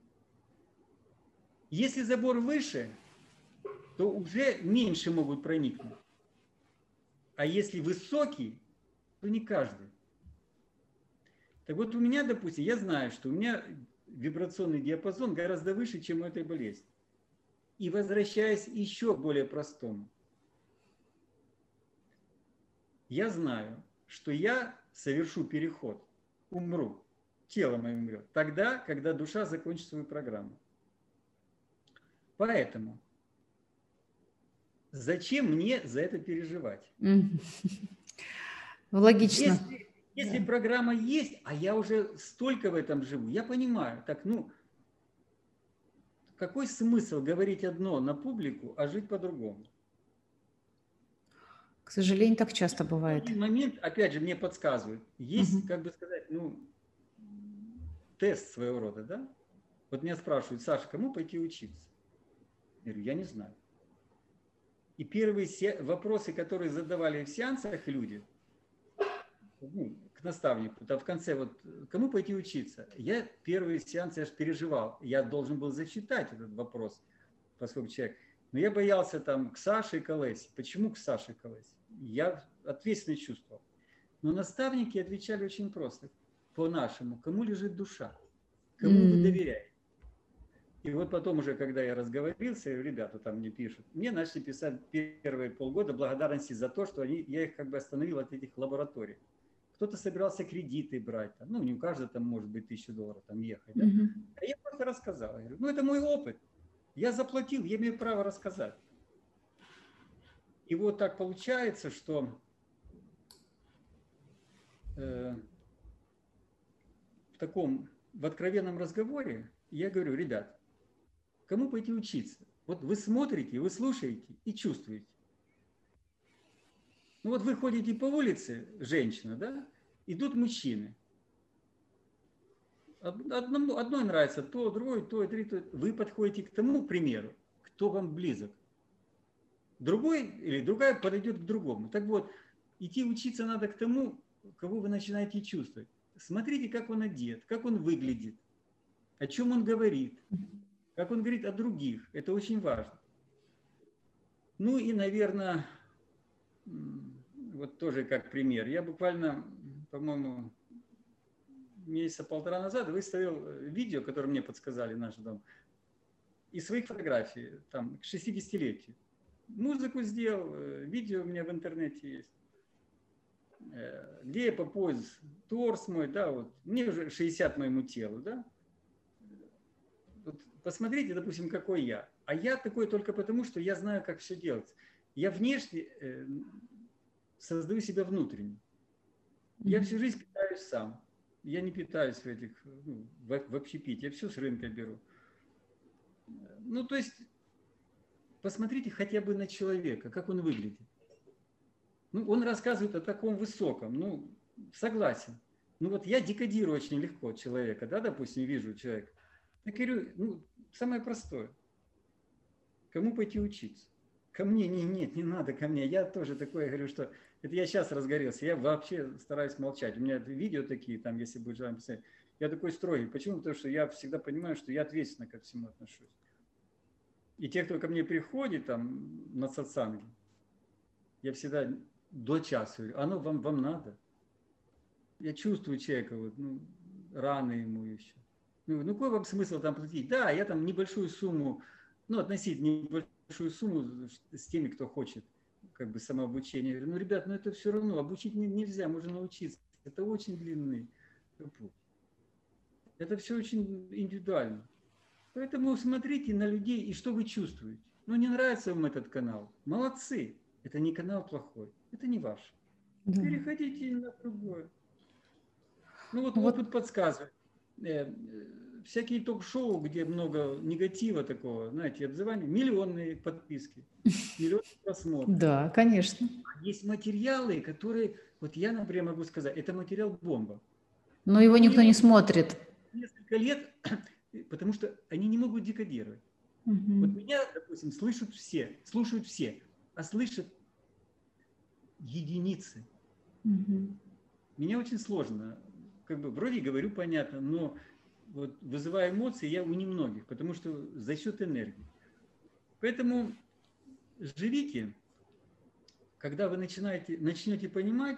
Если забор выше, то уже меньше могут проникнуть. А если высокий, то не каждый. Так вот у меня, допустим, я знаю, что у меня вибрационный диапазон гораздо выше, чем у этой болезни. И возвращаясь еще к более простому. Я знаю, что я совершу переход, умру, тело мое умрет, тогда, когда душа закончит свою программу. Поэтому зачем мне за это переживать? Логично. Если программа есть, а я уже столько в этом живу, я понимаю, так, ну, какой смысл говорить одно на публику, а жить по-другому? К сожалению, так часто бывает. В один момент, опять же, мне подсказывают, есть, как бы сказать, ну, тест своего рода, да? Вот меня спрашивают: Саша, кому пойти учиться? Я говорю, я не знаю. И первые вопросы, которые задавали в сеансах люди, ну, к наставнику, там в конце, вот, кому пойти учиться? Я первый сеанс, я же переживал, я должен был зачитать этот вопрос, поскольку человек, но я боялся там к Саше и к Олесе. Почему к Саше и к Олесе? Я ответственность чувствовал. Но наставники отвечали очень просто, по-нашему, кому лежит душа, кому вы доверяете. И вот потом уже, когда я разговорился, ребята там мне пишут, мне начали писать первые полгода благодарности за то, что я их как бы остановил от этих лабораторий. Кто-то собирался кредиты брать, там, ну не у каждого там может быть $1000 там ехать. Да? А я просто рассказал. Я говорю, ну это мой опыт. Я заплатил, я имею право рассказать. И вот так получается, что в откровенном разговоре я говорю, ребят, кому пойти учиться? Вот вы смотрите, вы слушаете и чувствуете. Ну вот вы ходите по улице, женщина, да, идут мужчины. Одной нравится то, другой, то, и третье. Вы подходите к тому примеру, кто вам близок. Другой или другая подойдет к другому. Так вот, идти учиться надо к тому, кого вы начинаете чувствовать. Смотрите, как он одет, как он выглядит, о чем он говорит, как он говорит о других. Это очень важно. Ну и, наверное, вот тоже как пример. Я буквально, по-моему, месяца полтора назад выставил видео, которое мне подсказали наш дом, из своих фотографий, там, к 60-летию. Музыку сделал, видео у меня в интернете есть, где я по пояс, торс мой, да, вот, мне уже 60 моему телу, да. Вот посмотрите, допустим, какой я. А я такой только потому, что я знаю, как все делать. Я внешне создаю себя внутренне. Я всю жизнь питаюсь сам. Я не питаюсь в этих, в общепите. Я все с рынка беру. Ну, то есть, посмотрите хотя бы на человека, как он выглядит. Ну, он рассказывает о таком высоком. Ну, согласен. Ну, вот я декодирую очень легко человека, да, допустим, вижу человека. Я говорю, ну, самое простое. Кому пойти учиться? Ко мне? Нет, не надо ко мне. Я тоже такое говорю, что это я сейчас разгорелся. Я вообще стараюсь молчать. У меня видео такие, там, если будет желание писать. Я такой строгий. Почему? Потому что я всегда понимаю, что я ответственно ко всему отношусь. И те, кто ко мне приходит там на сатсанги, я всегда до часа говорю, оно вам надо. Я чувствую человека, вот, ну, рано ему еще. Ну, какой вам смысл там платить? Да, я там небольшую сумму, ну, относительно небольшую сумму с теми, кто хочет как бы самообучение. Я говорю, ну, ребят, ну это все равно, обучить нельзя, можно научиться. Это очень длинный путь. Это все очень индивидуально. Поэтому смотрите на людей и что вы чувствуете. Ну, не нравится вам этот канал. Молодцы. Это не канал плохой. Это не ваш. Да. Переходите на другое. Ну, вот опыт подсказывает. Всякие ток-шоу, где много негатива такого, знаете, обзывания, миллионные подписки, миллионные просмотры. Да, конечно. Есть материалы, которые, вот я, например, могу сказать, это материал бомба. Но его никто не смотрит. Несколько лет, потому что они не могут декодировать. Вот меня, допустим, слушают все, а слышат единицы. Мне очень сложно. Как бы вроде говорю понятно, но вот вызываю эмоции я у немногих, потому что за счет энергии. Поэтому живите, когда вы начнете понимать,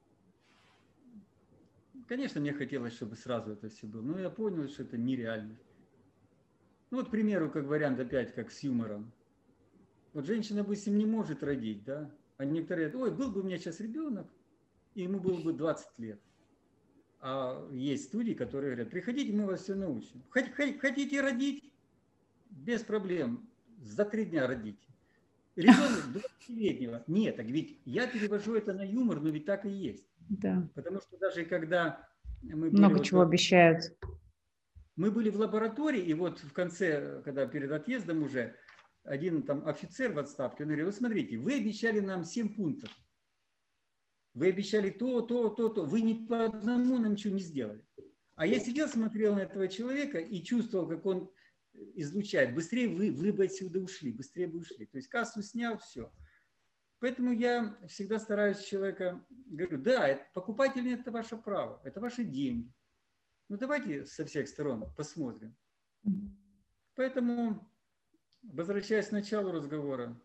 конечно, мне хотелось, чтобы сразу это все было, но я понял, что это нереально. Ну вот, к примеру, как вариант опять, как с юмором. Вот женщина, допустим, не может родить, да, а некоторые говорят, ой, был бы у меня сейчас ребенок, и ему было бы 20 лет. А есть студии, которые говорят, приходите, мы вас все научим. Хотите родить? Без проблем. За 3 дня родите. Ребенок 20-летнего. Нет, так ведь я перевожу это на юмор, но ведь так и есть. Да. Потому что даже когда мы были... Много чего обещают. Мы были в лаборатории, и вот в конце, когда перед отъездом уже, один там офицер в отставке, он говорит, вот смотрите, вы обещали нам 7 пунктов. Вы обещали то. Вы ни по одному нам ничего не сделали. А я сидел, смотрел на этого человека и чувствовал, как он излучает. Быстрее вы бы отсюда ушли, быстрее бы ушли. То есть кассу снял, все. Поэтому я всегда стараюсь человека, говорю, да, покупатель это ваше право, это ваши деньги. Ну давайте со всех сторон посмотрим. Поэтому, возвращаясь к началу разговора,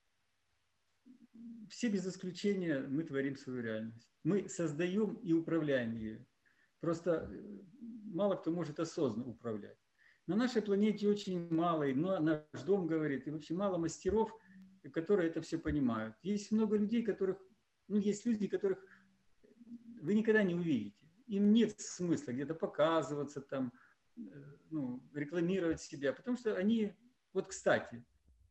все без исключения мы творим свою реальность. Мы создаем и управляем ею. Просто мало кто может осознанно управлять. На нашей планете очень мало, но наш дом говорит, и вообще мало мастеров, которые это все понимают. Есть много людей, есть люди, которых вы никогда не увидите. Им нет смысла где-то показываться, там, рекламировать себя, потому что они, вот кстати,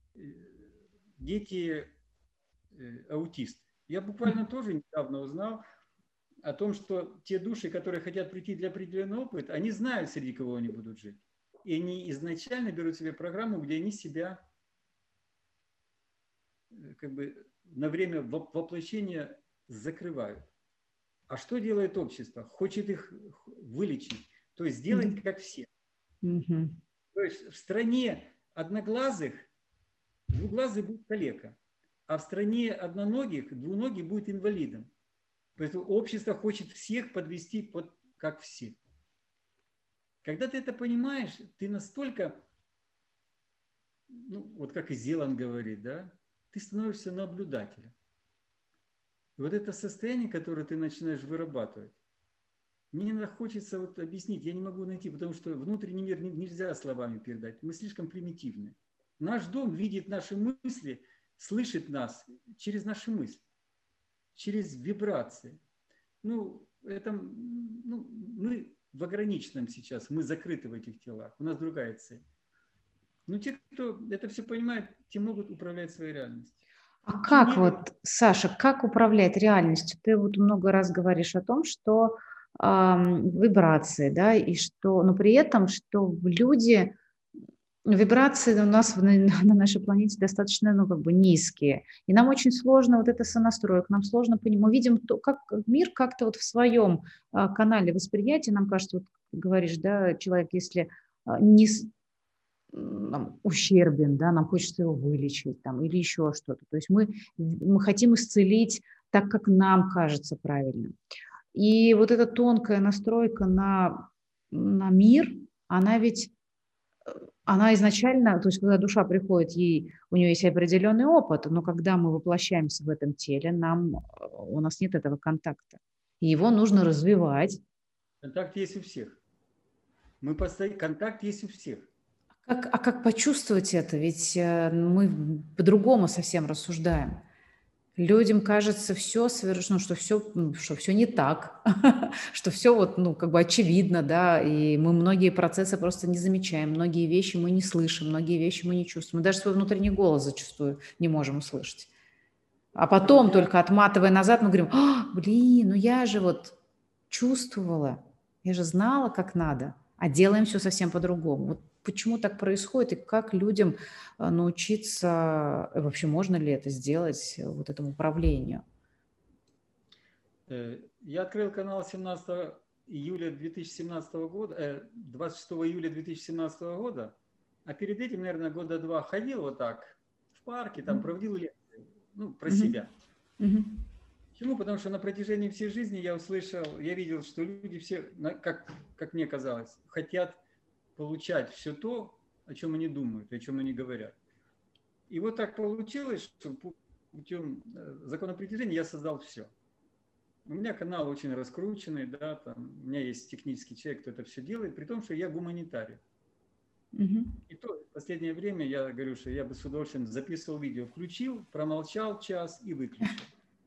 дети аутисты. Я буквально тоже недавно узнал о том, что те души, которые хотят прийти для определенного опыта, они знают, среди кого они будут жить. И они изначально берут себе программу, где они себя как бы на время воплощения закрывают. А что делает общество? Хочет их вылечить, то есть сделать как все. То есть в стране одноглазых, двуглазый будет калека. А в стране одноногих, двуногий будет инвалидом. Поэтому общество хочет всех подвести под как все. Когда ты это понимаешь, ты настолько, ну, вот как и Зеланд говорит, да, ты становишься наблюдателем. И вот это состояние, которое ты начинаешь вырабатывать, мне иногда хочется вот объяснить, я не могу найти, потому что внутренний мир нельзя словами передать. Мы слишком примитивны. Наш дом видит наши мысли, слышит нас через наши мысли, через вибрации. Ну, это, ну, мы в ограниченном сейчас, мы закрыты в этих телах, у нас другая цель. Но те, кто это все понимает, те могут управлять своей реальностью. А Чем как медленнее. вот, Саша, как управлять реальностью? Ты вот много раз говоришь о том, что вибрации, да, и что, но при этом, что люди, вибрации у нас на нашей планете достаточно, ну, как бы низкие, и нам очень сложно вот это сонастроить, нам сложно понимать, мы видим, то, как мир как-то вот в своем канале восприятия, нам кажется, вот говоришь, да, человек, если не, нам ущербен, да, нам хочется его вылечить там, или еще что-то. То есть мы хотим исцелить так, как нам кажется правильным. И вот эта тонкая настройка на мир, она ведь, она изначально, то есть когда душа приходит, у нее есть определенный опыт, но когда мы воплощаемся в этом теле, у нас нет этого контакта. И его нужно развивать. Контакт есть у всех. Контакт есть у всех. Как почувствовать это? Ведь мы по-другому совсем рассуждаем. Людям кажется все совершенно, что все не так, что все вот, ну, как бы очевидно, да, и мы многие процессы просто не замечаем, многие вещи мы не слышим, многие вещи мы не чувствуем. Мы даже свой внутренний голос зачастую не можем услышать. А Это вот потом, я, только отматывая назад, мы говорим: блин, ну я же вот чувствовала, я же знала, как надо, а делаем все совсем по-другому. Вот почему так происходит и как людям научиться, вообще можно ли это сделать, вот этому управлению? я открыл канал 17 июля 2017 года, 26 июля 2017 года, а перед этим, наверное, года два ходил вот так в парке, там проводил лекции, ну, про Мгм. себя. Мгм. Почему? Потому что на протяжении всей жизни я видел, что люди все, как мне казалось, хотят получать все то, о чем они думают, о чем они говорят. И вот так получилось, что путем закона притяжения я создал все. У меня канал очень раскрученный, да, там, у меня есть технический человек, кто это все делает, при том, что я гуманитарий. Мгм. И то в последнее время я говорю, что я бы с удовольствием записывал видео, включил, промолчал час и выключил.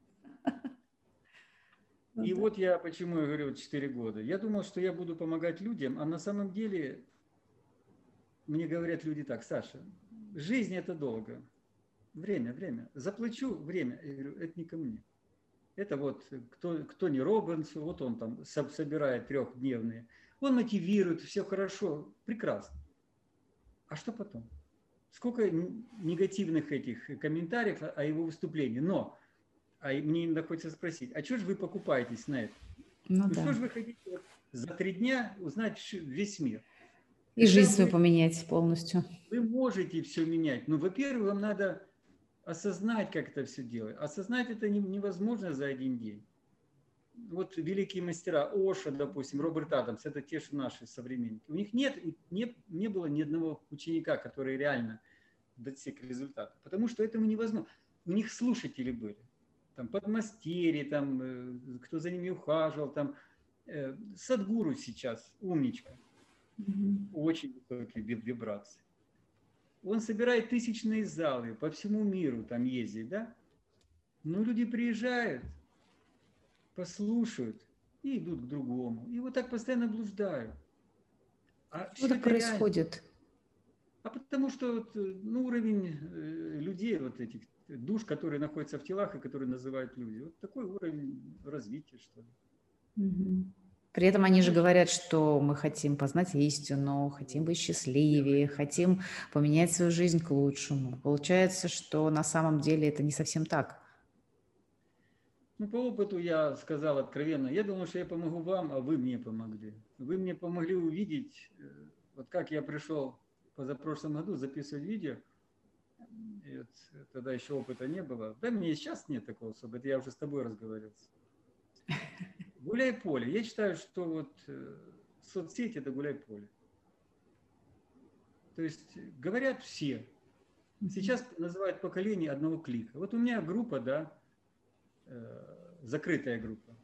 Ну И да. вот я почему я говорю 4 года. Я думал, что я буду помогать людям, а на самом деле мне говорят люди так: Саша, жизнь это долго. Время. Заплачу время. Я говорю, это не ко мне. Это вот кто не Робинс, вот он там собирает трехдневные. Он мотивирует, все хорошо, прекрасно. А что потом? Сколько негативных этих комментариев о его выступлении. Но мне иногда хочется спросить, а что же вы покупаетесь на это? Ну Ну да. что же вы хотите вот за 3 дня узнать весь мир? И Когда жизнь свою поменять полностью. вы можете все менять, ну, во-первых, вам надо осознать, как это все делать. Осознать это невозможно за один день. Вот великие мастера Оша, допустим, Роберт Адамс, это те же наши современники. У них не было ни одного ученика, который реально достиг результата, потому что этому невозможно. У них слушатели были, там подмастерье, там кто за ними ухаживал, там Садгуру сейчас умничка, Мгм. очень высокие вибрации. Он собирает тысячные залы по всему миру, там ездит, да? Но люди приезжают, послушают и идут к другому. И вот так постоянно блуждают. А Почему все так это реально. происходит? А потому что вот, ну, уровень людей, вот этих душ, которые находятся в телах и которые называют люди, вот такой уровень развития, что ли. Мгм. При этом они же Ну, говорят, что мы хотим познать истину, хотим быть счастливее, хотим поменять свою жизнь к лучшему. Получается, что на самом деле это не совсем так. ну, по опыту я сказал откровенно, я думал, что я помогу вам, а вы мне помогли. Вы мне помогли увидеть, вот как я пришел позапрошлом году записывать видео, И вот тогда еще опыта не было. Да, мне и сейчас нет такого особо. Это я уже с тобой разговаривался. Гуляй-поле. Я считаю, что вот соцсети – это гуляй-поле. То есть говорят все. Сейчас называют поколение одного клика. Вот у меня группа, да, закрытая группа.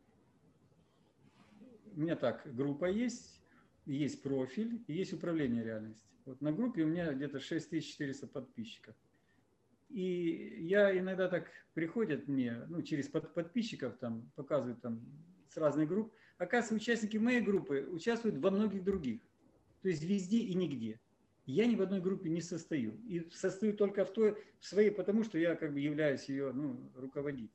У меня так, группа есть профиль и есть управление реальностью. Вот на группе у меня где-то 6400 подписчиков. И я иногда так приходят мне, ну, через подписчиков там, показывают там с разных групп. Оказывается, участники моей группы участвуют во многих других. То есть везде и нигде. Я ни в одной группе не состою. И состою только в своей, потому что я как бы являюсь ее, ну, руководителем.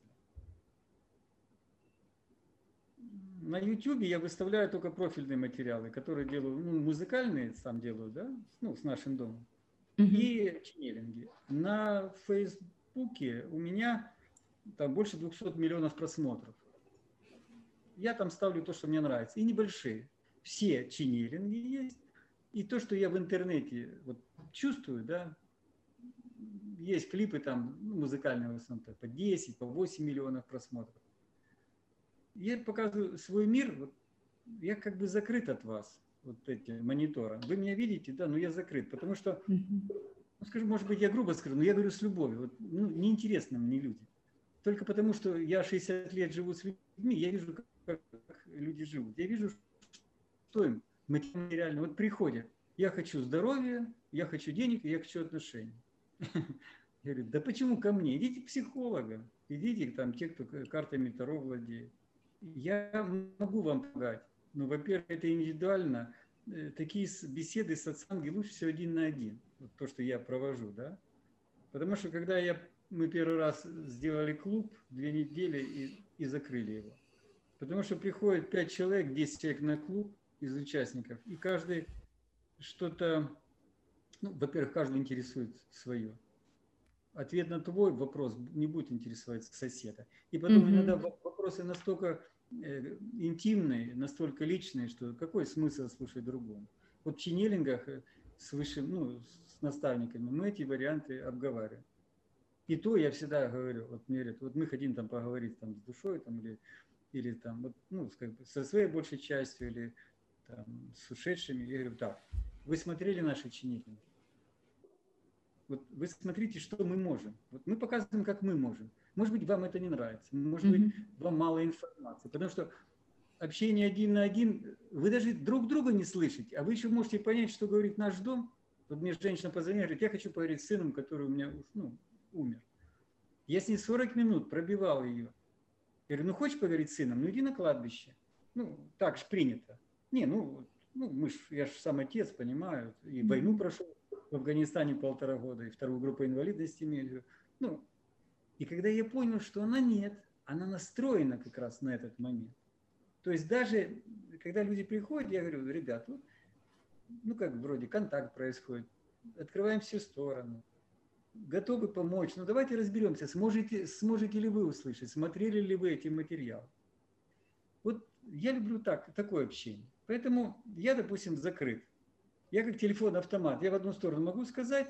На YouTube я выставляю только профильные материалы, которые делаю, ну, музыкальные сам делаю, да, ну, с нашим домом. И ченнелинги. На Фейсбуке у меня там больше 200 миллионов просмотров. Я там ставлю то, что мне нравится. И небольшие. Все ченнелинги есть. И то, что я в интернете вот чувствую, да, есть клипы там, ну, музыкальные в основном, по 10, по 8 миллионов просмотров. Я показываю свой мир, вот, я как бы закрыт от вас, вот эти монитора. Вы меня видите, да, но я закрыт, потому что, ну, скажу, может быть, я грубо скажу, но я говорю с любовью. Вот, ну, неинтересны мне люди. Только потому, что я 60 лет живу с людьми, я вижу, как люди живут. Я вижу, что им материально. Вот приходят, я хочу здоровья, я хочу денег, я хочу отношений. Я говорю, да почему ко мне? Идите к психологам, идите там те, кто картами Таро владеет. Я могу вам помогать. Но, во-первых, это индивидуально. Такие беседы с сатсанги лучше всего 1 на 1. Вот то, что я провожу, да. Потому что когда мы первый раз сделали клуб, 2 недели и закрыли его. Потому что приходит 5 человек, 10 человек на клуб из участников, и каждый что-то, ну, во-первых, каждый интересует свое. Ответ на твой вопрос не будет интересовать соседа. И потом иногда вопросы настолько интимные, настолько личные, что какой смысл слушать другому. Вот в ченнелингах с высшим, ну, с наставниками мы эти варианты обговариваем. И то я всегда говорю, вот мне говорят, вот мы хотим там поговорить там с душой там, или там, вот, ну, как бы со своей большей частью, или там, с ушедшими. Я говорю, так, вы смотрели наши ченнелинги? Вот вы смотрите, что мы можем. Вот мы показываем, как мы можем. Может быть, вам это не нравится. Может быть, вам мало информации. Потому что общение 1 на 1, вы даже друг друга не слышите. А вы еще можете понять, что говорит наш дом. Вот мне женщина позвонила, говорит, я хочу поговорить с сыном, который у меня, ну, умер. Я с ней 40 минут пробивал ее. Я говорю, ну хочешь поговорить с сыном? Ну иди на кладбище. Ну, так же принято. Не, я же сам отец, понимаю. И войну прошел в Афганистане 1,5 года, и 2-ю группу инвалидности имею. Ну, и когда я понял, что она она настроена как раз на этот момент. То есть даже, когда люди приходят, я говорю, ребят, вот, ну как вроде контакт происходит, открываем все стороны, готовы помочь, но давайте разберемся, сможете ли вы услышать, смотрели ли вы эти материалы. Вот я люблю такое общение. Поэтому я, допустим, закрыт. Я как телефон-автомат. Я в одну сторону могу сказать,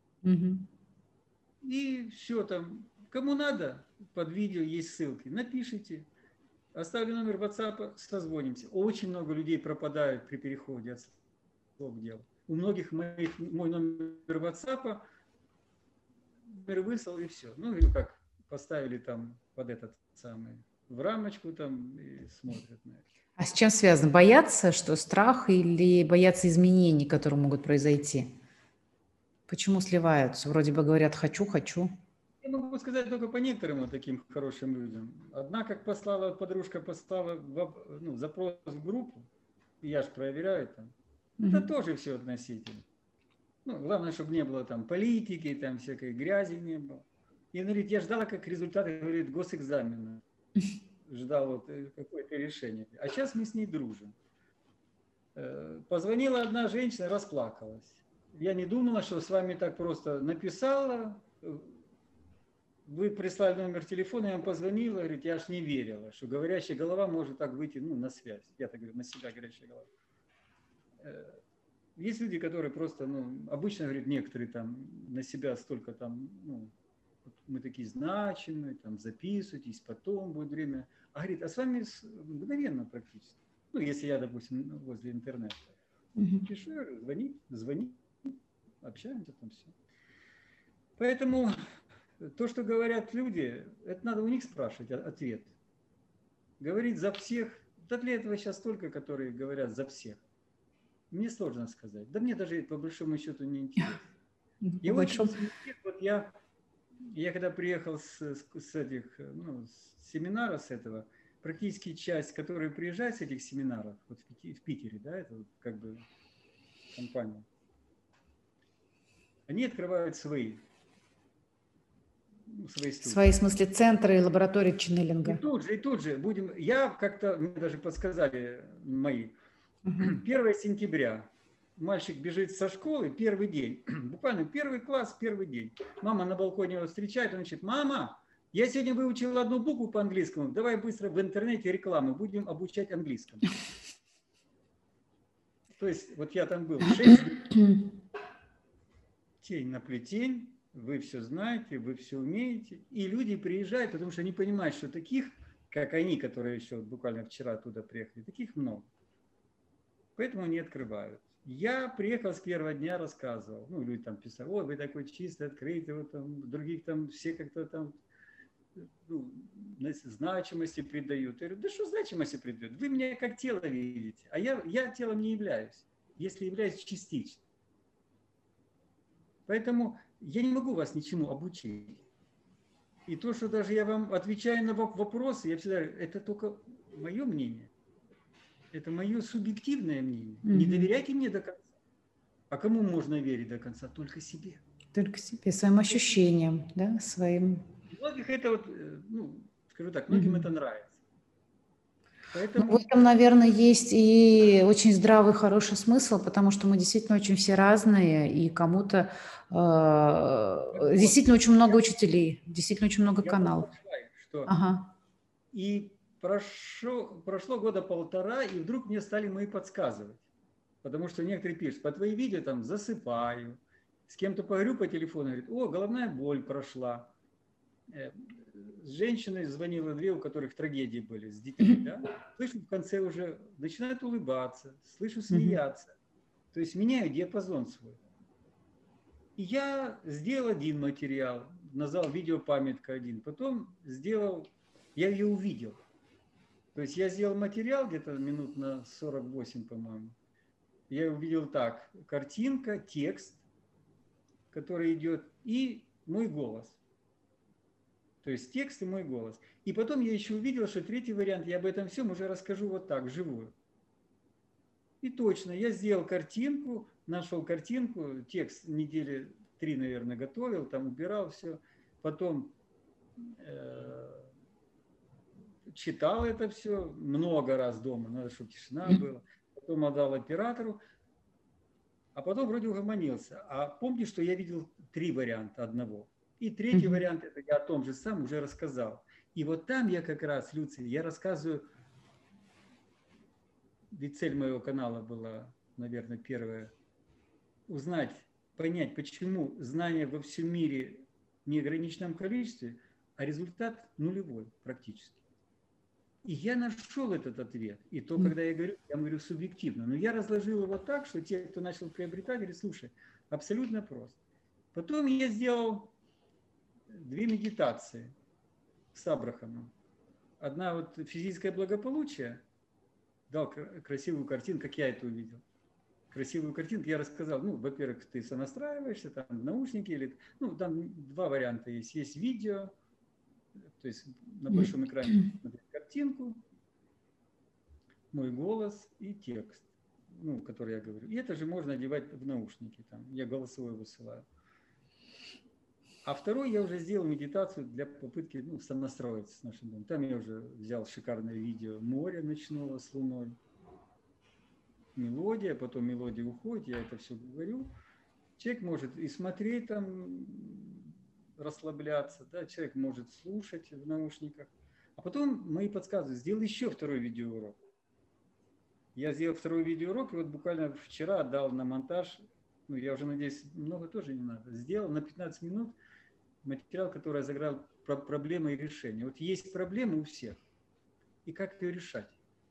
и все там. Кому надо, под видео есть ссылки. Напишите. Оставлю номер WhatsApp, созвонимся. Очень много людей пропадают при переходе от слов к делу. У многих мой номер WhatsApp, номер выслал, и все. Ну, или как поставили там под этот самый, в рамочку там и смотрят на это. А с чем связано? Боятся, что страх, или боятся изменений, которые могут произойти? Почему сливаются? Вроде бы говорят «хочу, хочу». Я могу сказать только по некоторым вот таким хорошим людям. Одна, как подружка послала запрос в группу, и я же проверяю там, это тоже все относительно. Ну, главное, чтобы не было там политики, там всякой грязи не было. И она говорит, я ждала как результат, говорит, госэкзамена. Ждал вот какое-то решение. А сейчас мы с ней дружим. Позвонила одна женщина, расплакалась. Я не думала, что с вами так просто написала. Вы прислали номер телефона, я вам позвонила, говорит, я аж не верила, что говорящая голова может так выйти, ну, на связь. Я так говорю, на себя говорящая голова. есть люди, которые просто, ну, обычно говорят, некоторые там на себя столько там, ну, мы такие значимые, там, записывайтесь, потом будет время. А говорит, а с вами мгновенно практически. Ну, если я, допустим, возле интернета. Пишу, звони, общаемся там все. Поэтому то, что говорят люди, это надо у них спрашивать ответ. Говорить за всех, да для этого сейчас столько, которые говорят за всех. Мне сложно сказать. Да мне даже по большому счету не интересно. И По очень большому... всех, вот я когда приехал с этих, ну, с семинара с этого, практически часть, которая приезжает с этих семинаров, вот в Питере, да, это вот как бы компания, они открывают свои Свои, студии. в смысле, центры и лаборатории ченнелинга. И тут же будем, я как-то, мне даже подсказали мои, 1 сентября мальчик бежит со школы, первый день, буквально первый класс, первый день. Мама на балконе его встречает, он говорит, мама, я сегодня выучил одну букву по-английскому, давай быстро в интернете рекламу, будем обучать английскому. То есть вот я там был 6 дней, тень на плетень, вы все знаете, вы все умеете. И люди приезжают, потому что они понимают, что таких, как они, которые еще буквально вчера туда приехали, таких много. Поэтому они открывают. Я приехал с первого дня, рассказывал. Ну, люди там писали, ой, вы такой чистый, открытый, вот там, других там все как-то там, ну, значимости придают. Я говорю, да что значимости придают? Вы меня как тело видите, а я телом не являюсь, если являюсь частично. Поэтому я не могу вас ничему обучить. И то, что даже я вам отвечаю на вопросы, я всегда говорю, это только мое мнение. Это мое субъективное мнение. Не доверяйте мне до конца. А кому можно верить до конца? Только себе. Только себе, своим ощущениям, да, своим... Многих это вот, ну, скажу так, многим это нравится. Поэтому... В этом, наверное, есть и очень здравый, хороший смысл, потому что мы действительно очень все разные, и кому-то действительно очень много учителей, действительно очень много каналов. Что и прошло года полтора, и вдруг мне стали мои подсказывать. Потому что некоторые пишут, по твоим видео там засыпаю, с кем-то поговорю по телефону, говорит, о, головная боль прошла. С женщиной звонила 2, у которых трагедии были с детьми, да? Слышу, в конце уже начинают улыбаться, слышу смеяться. То есть меняю диапазон свой. И я сделал один материал, назвал видеопамятка 1, потом сделал, я ее увидел. То есть я сделал материал где-то минут на 48, по-моему. Я увидел так, картинка, текст, который идет, и мой голос. То есть текст и мой голос. И потом я еще увидел, что третий вариант, я об этом всем уже расскажу вот так, вживую. И точно, я сделал картинку, нашел картинку, текст недели 3, наверное, готовил, там убирал все. Потом читал это все много раз дома, надо, чтобы тишина была. Потом отдал оператору, а потом вроде угомонился. А помню, что я видел 3 варианта одного. И третий вариант, это я о том же самом уже рассказал. И вот там я как раз, Люция, я рассказываю, ведь цель моего канала была, наверное, первая, узнать, понять, почему знания во всем мире в неограниченном количестве, а результат нулевой практически. И я нашел этот ответ. И то, когда я говорю субъективно. Но я разложил его так, что те, кто начал приобретать, говорят, слушай, абсолютно просто. Потом я сделал 2 медитации с Абрахамом. Одна вот физическое благополучие, дал красивую картинку, как я это увидел. Красивую картинку я рассказал. Ну, во-первых, ты сонастраиваешься, там в наушники, или, ну, там 2 варианта есть. Есть видео, то есть на большом экране смотреть картинку, мой голос и текст, ну, который я говорю. И это же можно одевать в наушники, там, я голосовой высылаю. А второй я уже сделал медитацию для попытки, ну, сонастроиться с нашим домом. Там я уже взял шикарное видео моря ночного с луной. Мелодия, потом мелодия уходит, я это все говорю. Человек может и смотреть там, расслабляться, да, человек может слушать в наушниках. А потом мои подсказы, сделай еще второй видеоурок. Я сделал второй видеоурок, и вот буквально вчера отдал на монтаж, ну, я уже надеюсь, много тоже не надо, сделал на 15 минут материал, который разыграл проблемы и решения. Вот есть проблемы у всех, и как ее решать?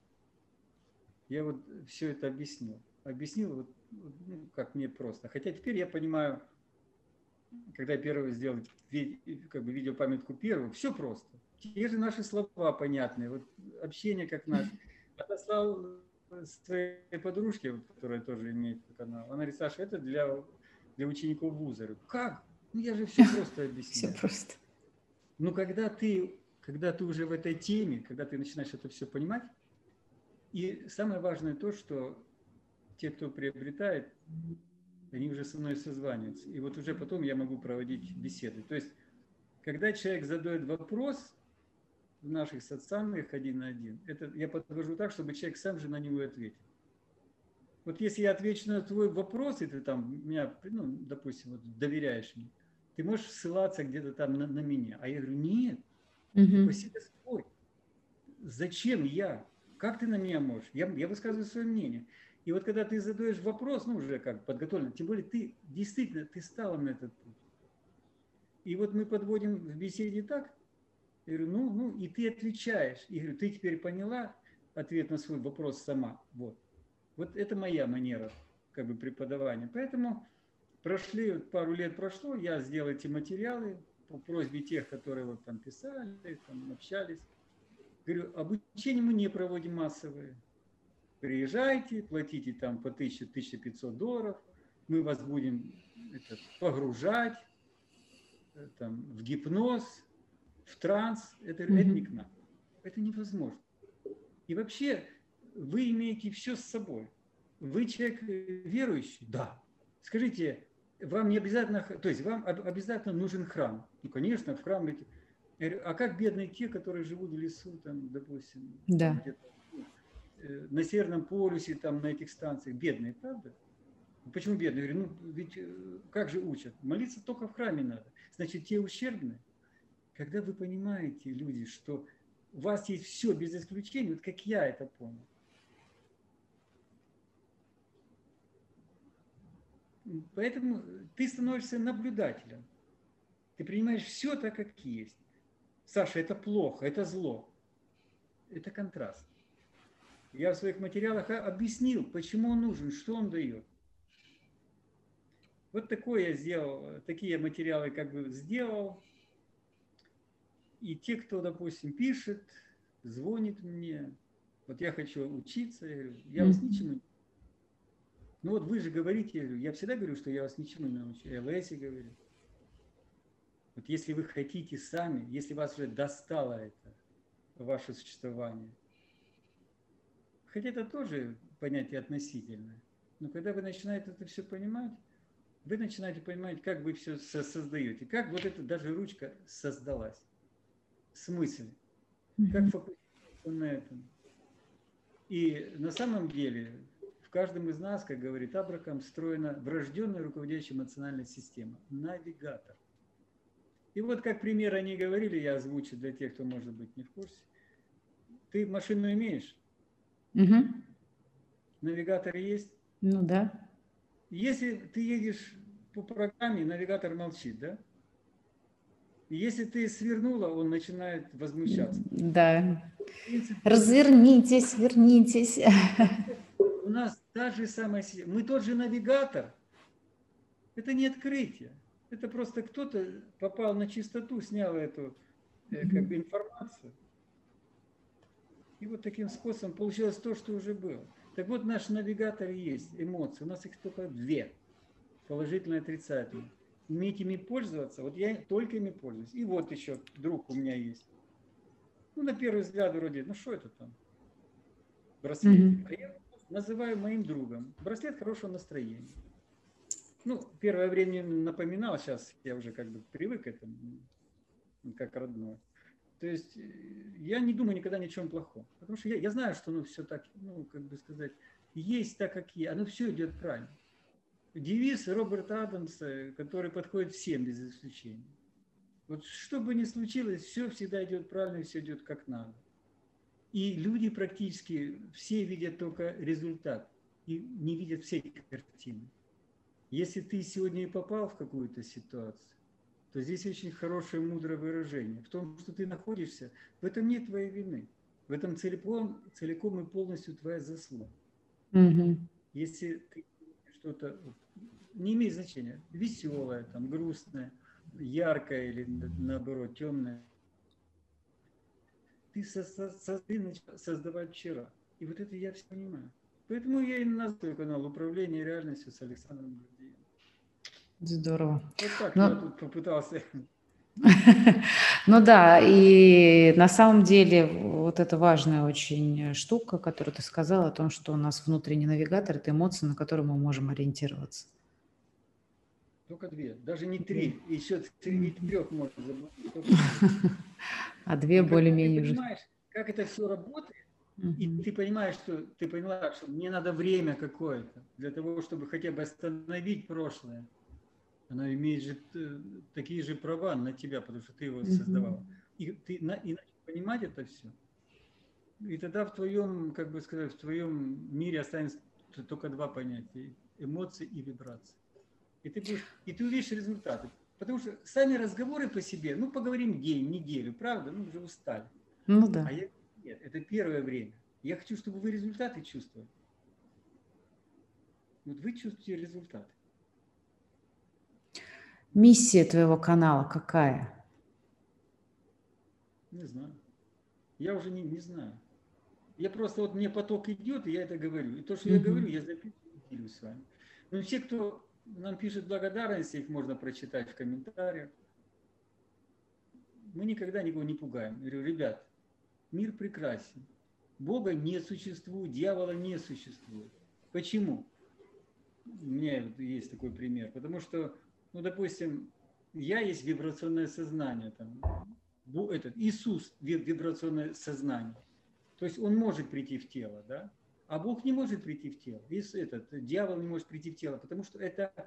Я вот все это объяснил. Объяснил, вот, ну, как мне просто. Хотя теперь я понимаю, когда я первый сделал как бы видеопамятку первую, все просто. Те же наши слова понятные, вот общение как наше. Отослал своей подружке, которая тоже имеет канал. Она говорит: Саша, это для учеников вуза. Как? Ну я же все просто Все объясняю. просто. Но когда ты уже в этой теме, когда ты начинаешь это все понимать, и самое важное то, что те, кто приобретает, они уже со мной созваниваются. И вот уже потом я могу проводить беседы. То есть, когда человек задает вопрос в наших социальных один на один, это я подвожу так, чтобы человек сам же на него ответил. Вот если я отвечу на твой вопрос, и ты там меня, ну, допустим, вот, доверяешь мне, ты можешь ссылаться где-то там на меня. А я говорю: нет, упаси Господь. Зачем я? Как ты на меня можешь? Я высказываю свое мнение. И вот когда ты задаешь вопрос, ну уже как подготовлен, тем более ты действительно, ты стала на этот путь. И вот мы подводим в беседе так, я говорю: ну, и ты отвечаешь. И говорю: ты теперь поняла ответ на свой вопрос сама. Вот это моя манера как бы преподавания. Поэтому пару лет прошло, я сделал эти материалы по просьбе тех, которые вот там писали, там общались. Говорю: обучение мы не проводим массовое. Приезжайте, платите там по $1000–1500, мы вас будем погружать там, в гипноз, в транс. Это не к нам. Это невозможно. И вообще вы имеете все с собой. Вы человек верующий? Да. Скажите, вам не обязательно, то есть вам обязательно нужен храм? Ну, конечно, в храм. А как бедные те, которые живут в лесу, там, допустим, Да. где-то на Северном полюсе, там, на этих станциях? Бедные, правда? Почему бедные? Я говорю: ну, ведь как же учат? Молиться только в храме надо. Значит, те ущербные. Когда вы понимаете, люди, что у вас есть все без исключения, вот как я это понял. Поэтому ты становишься наблюдателем. Ты принимаешь все так, как есть. Саша, это плохо, это зло. Это контраст. Я в своих материалах объяснил, почему он нужен, что он дает. Вот такое я сделал, такие материалы как бы сделал. И те, кто, допустим, пишет, звонит мне: вот я хочу учиться, я говорю: я вас ничему не... Ну вот вы же говорите, я говорю: я всегда говорю, что я вас ничему не научу. Я Лесе говорю: вот если вы хотите сами, если вас уже достало это, ваше существование, хотя это тоже понятие относительное, но когда вы начинаете это все понимать, вы начинаете понимать, как вы все создаете, как вот эта даже ручка создалась, смысл, как фокусироваться на этом. И на самом деле в каждом из нас, как говорит Абрахам, встроена врожденная руководящая эмоциональная система, навигатор. И вот как пример они говорили, я озвучу для тех, кто, может быть, не в курсе. Ты машину имеешь? Навигатор есть? Ну да. Если ты едешь по программе, навигатор молчит, да? И если ты свернула, он начинает возмущаться. Да. В принципе, Развернитесь, вернитесь. у нас та же самая система. Мы тот же навигатор. Это не открытие. Это просто кто-то попал на чистоту, снял эту как бы информацию. И вот таким способом получилось то, что уже было. Так вот, наш навигатор есть, эмоции. У нас их только две. Положительные и отрицательные. Уметь ими пользоваться. Вот я только ими пользуюсь. И вот еще друг у меня есть. Ну, на первый взгляд вроде, ну что это там? Браслетик. А я называю моим другом. Браслет хорошего настроения. Ну, первое время напоминал, сейчас я уже как бы привык к этому, как родной. То есть я не думаю никогда ни о чем плохом. Потому что я знаю, что ну, все так, ну, как бы сказать, есть так, как есть. Оно все идет правильно. Девиз Роберта Адамса, который подходит всем без исключения. Вот что бы ни случилось, все всегда идет правильно, все идет как надо. И люди практически все видят только результат и не видят всей картины. Если ты сегодня и попал в какую-то ситуацию, то здесь очень хорошее, мудрое выражение. В том, что ты находишься, в этом нет твоей вины. В этом целиком и полностью твоя заслуга. Мгм. Если ты что-то, не имеет значения, веселое, там, грустное, яркое или наоборот темное, ты начал создавать вчера. И вот это я все понимаю. Поэтому я и назвал канал «Управление реальностью» с Александром Гордеевым. Здорово. Вот так я Ну, тут попытался. ну да, и на самом деле вот это важная очень штука, которую ты сказала, о том, что у нас внутренний навигатор– это эмоции, на которые мы можем ориентироваться. Только две, даже не Две. три. Еще среди Мгм. трех можно заблудиться, только две. А две Но когда ты более-менее уже. понимаешь, как это все работает, и Мгм. ты понимаешь, что ты поняла, что мне надо время какое-то для того, чтобы хотя бы остановить прошлое. Оно имеет же такие же права на тебя, потому что ты его Мгм. создавала. И ты и начал понимать это все. И тогда в твоем, как бы сказать, в твоем мире останется только два понятия: эмоции и вибрации. И ты будешь, и ты увидишь результаты. Потому что сами разговоры по себе, ну, поговорим день, неделю, правда, ну, уже устали. Ну да. А я нет, это первое время. Я хочу, чтобы вы результаты чувствовали. Вот вы чувствуете результаты. Миссия твоего канала какая? Не знаю. Я уже не знаю. Я просто, вот мне поток идет, и я это говорю. И то, что я говорю, Мгм. я записываю и делюсь с вами. Но все, кто нам пишет благодарности, их можно прочитать в комментариях. Мы никогда никого не пугаем. Я говорю, ребят, мир прекрасен. Бога не существует, дьявола не существует. Почему? У меня есть такой пример. Потому что, ну, допустим, я есть вибрационное сознание. Там, этот, Иисус вибрационное сознание. То есть он может прийти в тело, да? А Бог не может прийти в тело. Дьявол не может прийти в тело, потому что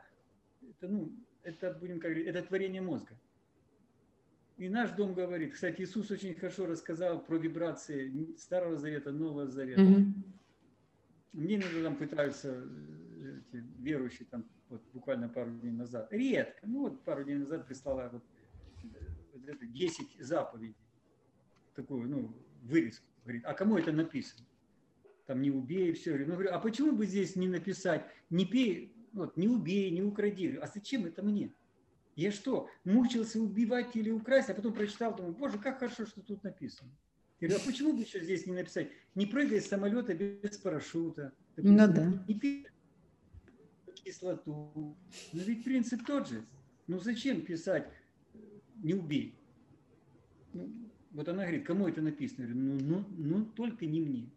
это, будем как говорить, это творение мозга. И наш дом говорит, кстати, Иисус очень хорошо рассказал про вибрации Старого Завета, Нового Завета. Мгм. Мне иногда там пытаются эти верующие там вот буквально пару дней назад, редко, ну вот пару дней назад прислала вот это 10 заповедей, такую, ну, вырезку. Говорит, а кому это написано? Там не убей, все. Ну, говорю, а почему бы здесь не написать, не пей, вот, не убей, не укради? А зачем это мне? Я что, мучился убивать или украсть, а потом прочитал, думаю, боже, как хорошо, что тут написано. Я говорю, а почему бы еще здесь не написать, не прыгай с самолета без парашюта, Ну допустим, да. не пей кислоту. Но ведь принцип тот же. Ну зачем писать не убей? Ну, вот она говорит, кому это написано? Я говорю, ну только не мне.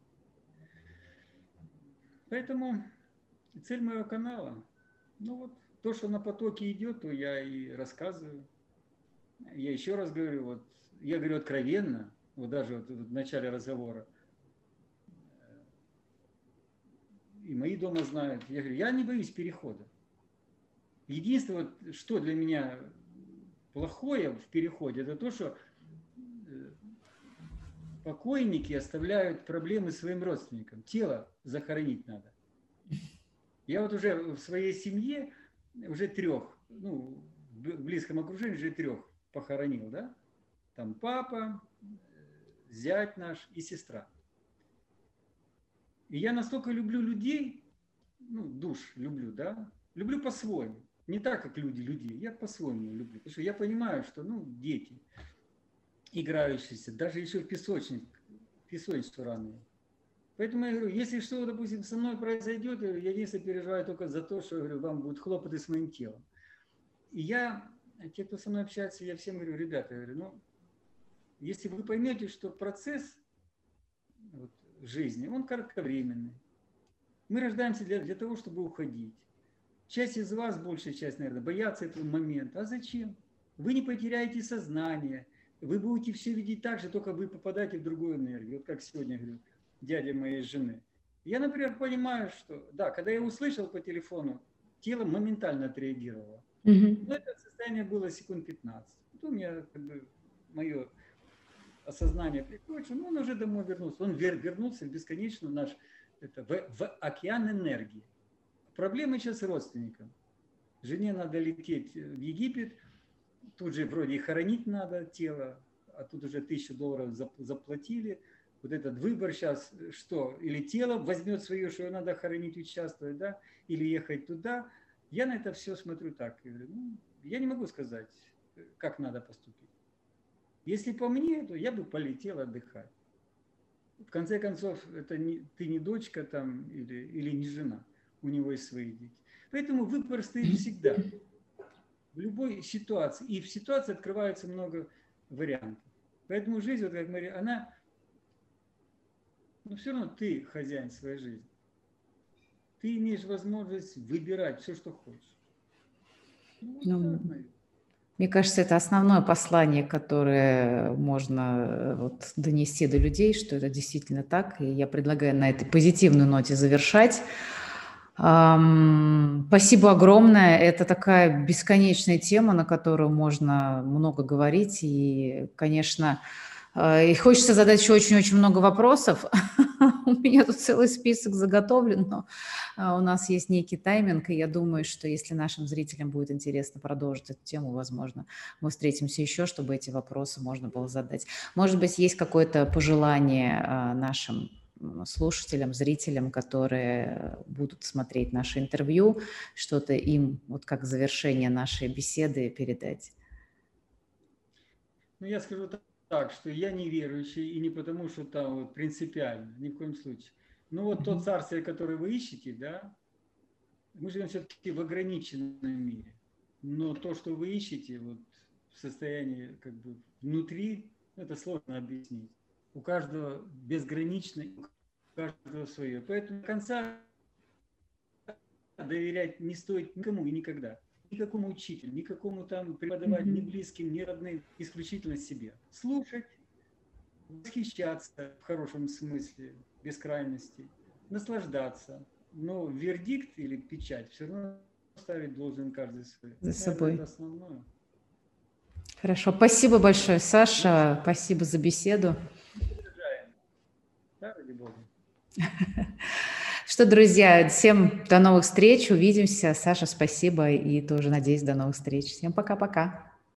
Поэтому цель моего канала, ну вот, то, что на потоке идет, то я и рассказываю. Я еще раз говорю, вот, я говорю откровенно, вот даже вот в начале разговора, и мои дома знают, я говорю, я не боюсь перехода. Единственное, вот, что для меня плохое в переходе, это то, что покойники оставляют проблемы своим родственникам. Тело захоронить надо. Я вот уже в своей семье уже трех, ну, в близком окружении уже трех похоронил, да? Там папа, зять наш и сестра. И я настолько люблю людей, ну, душ люблю, да? Люблю по-своему. Не так, как люди людей. Я по-своему люблю. Потому что я понимаю, что, ну, дети, играющиеся, даже еще в песочницу рано. Поэтому я говорю, если что, допустим, со мной произойдет, я единственное переживаю только за то, что, я говорю, вам будут хлопоты с моим телом. И те, кто со мной общается, я всем говорю, ребята, я говорю, ну, если вы поймете, что процесс вот, жизни, он кратковременный. Мы рождаемся для того, чтобы уходить. Часть из вас, большая часть, наверное, боятся этого момента. А зачем? Вы не потеряете сознание. Вы будете все видеть так же, только вы попадаете в другую энергию. Вот как сегодня, говорю, дядя моей жены. Я, например, понимаю, что, да, когда я услышал по телефону, тело моментально отреагировало. Мгм. Но это состояние было секунд 15. Потом я, как бы, мое осознание приходит, что он уже домой вернулся. Он вернулся в бесконечно в океан энергии. Проблема сейчас с родственником. Жене надо лететь в Египет, тут же вроде и хоронить надо тело, а тут уже $1000 заплатили. Вот этот выбор сейчас, что, или тело возьмет свое, что надо хоронить, участвовать, да, или ехать туда. Я на это все смотрю так. Я говорю, я не могу сказать, как надо поступить. Если по мне, то я бы полетел отдыхать. В конце концов, это ты не дочка там или не жена. У него есть свои дети. Поэтому выбор стоит всегда. В любой ситуации. И в ситуации открывается много вариантов. Поэтому жизнь, вот как Мария, она... Но все равно ты хозяин своей жизни. Ты имеешь возможность выбирать все, что хочешь. Мне кажется, это основное послание, которое можно вот донести до людей, что это действительно так. И я предлагаю на этой позитивной ноте завершать. Спасибо огромное. Это такая бесконечная тема, на которую можно много говорить. И, конечно, и хочется задать еще очень-очень много вопросов. У меня тут целый список заготовлен, но у нас есть некий тайминг, и я думаю, что если нашим зрителям будет интересно продолжить эту тему, возможно, мы встретимся еще, чтобы эти вопросы можно было задать. Может быть, есть какое-то пожелание нашим слушателям, зрителям, которые будут смотреть наше интервью, что-то им, вот как завершение нашей беседы, передать? Ну, я скажу так, что я не верующий, и не потому, что там вот принципиально, ни в коем случае. Ну, вот то царствие, которое вы ищете, да, мы живем все-таки в ограниченном мире. Но то, что вы ищете, вот в состоянии как бы внутри, это сложно объяснить. У каждого безгранично, у каждого свое. Поэтому до конца доверять не стоит никому и никогда. Никакому учителю, никакому там преподавателю, ни близким, ни родным, исключительно себе. Слушать, восхищаться в хорошем смысле, без крайности, наслаждаться. Но вердикт или печать все равно ставить должен каждый свой. За собой. Это основное. Хорошо. Спасибо большое, Саша. Спасибо за беседу. Да, ради Бога. Что, друзья, всем до новых встреч. Увидимся. Саша, спасибо. И тоже, надеюсь, до новых встреч. Всем пока-пока.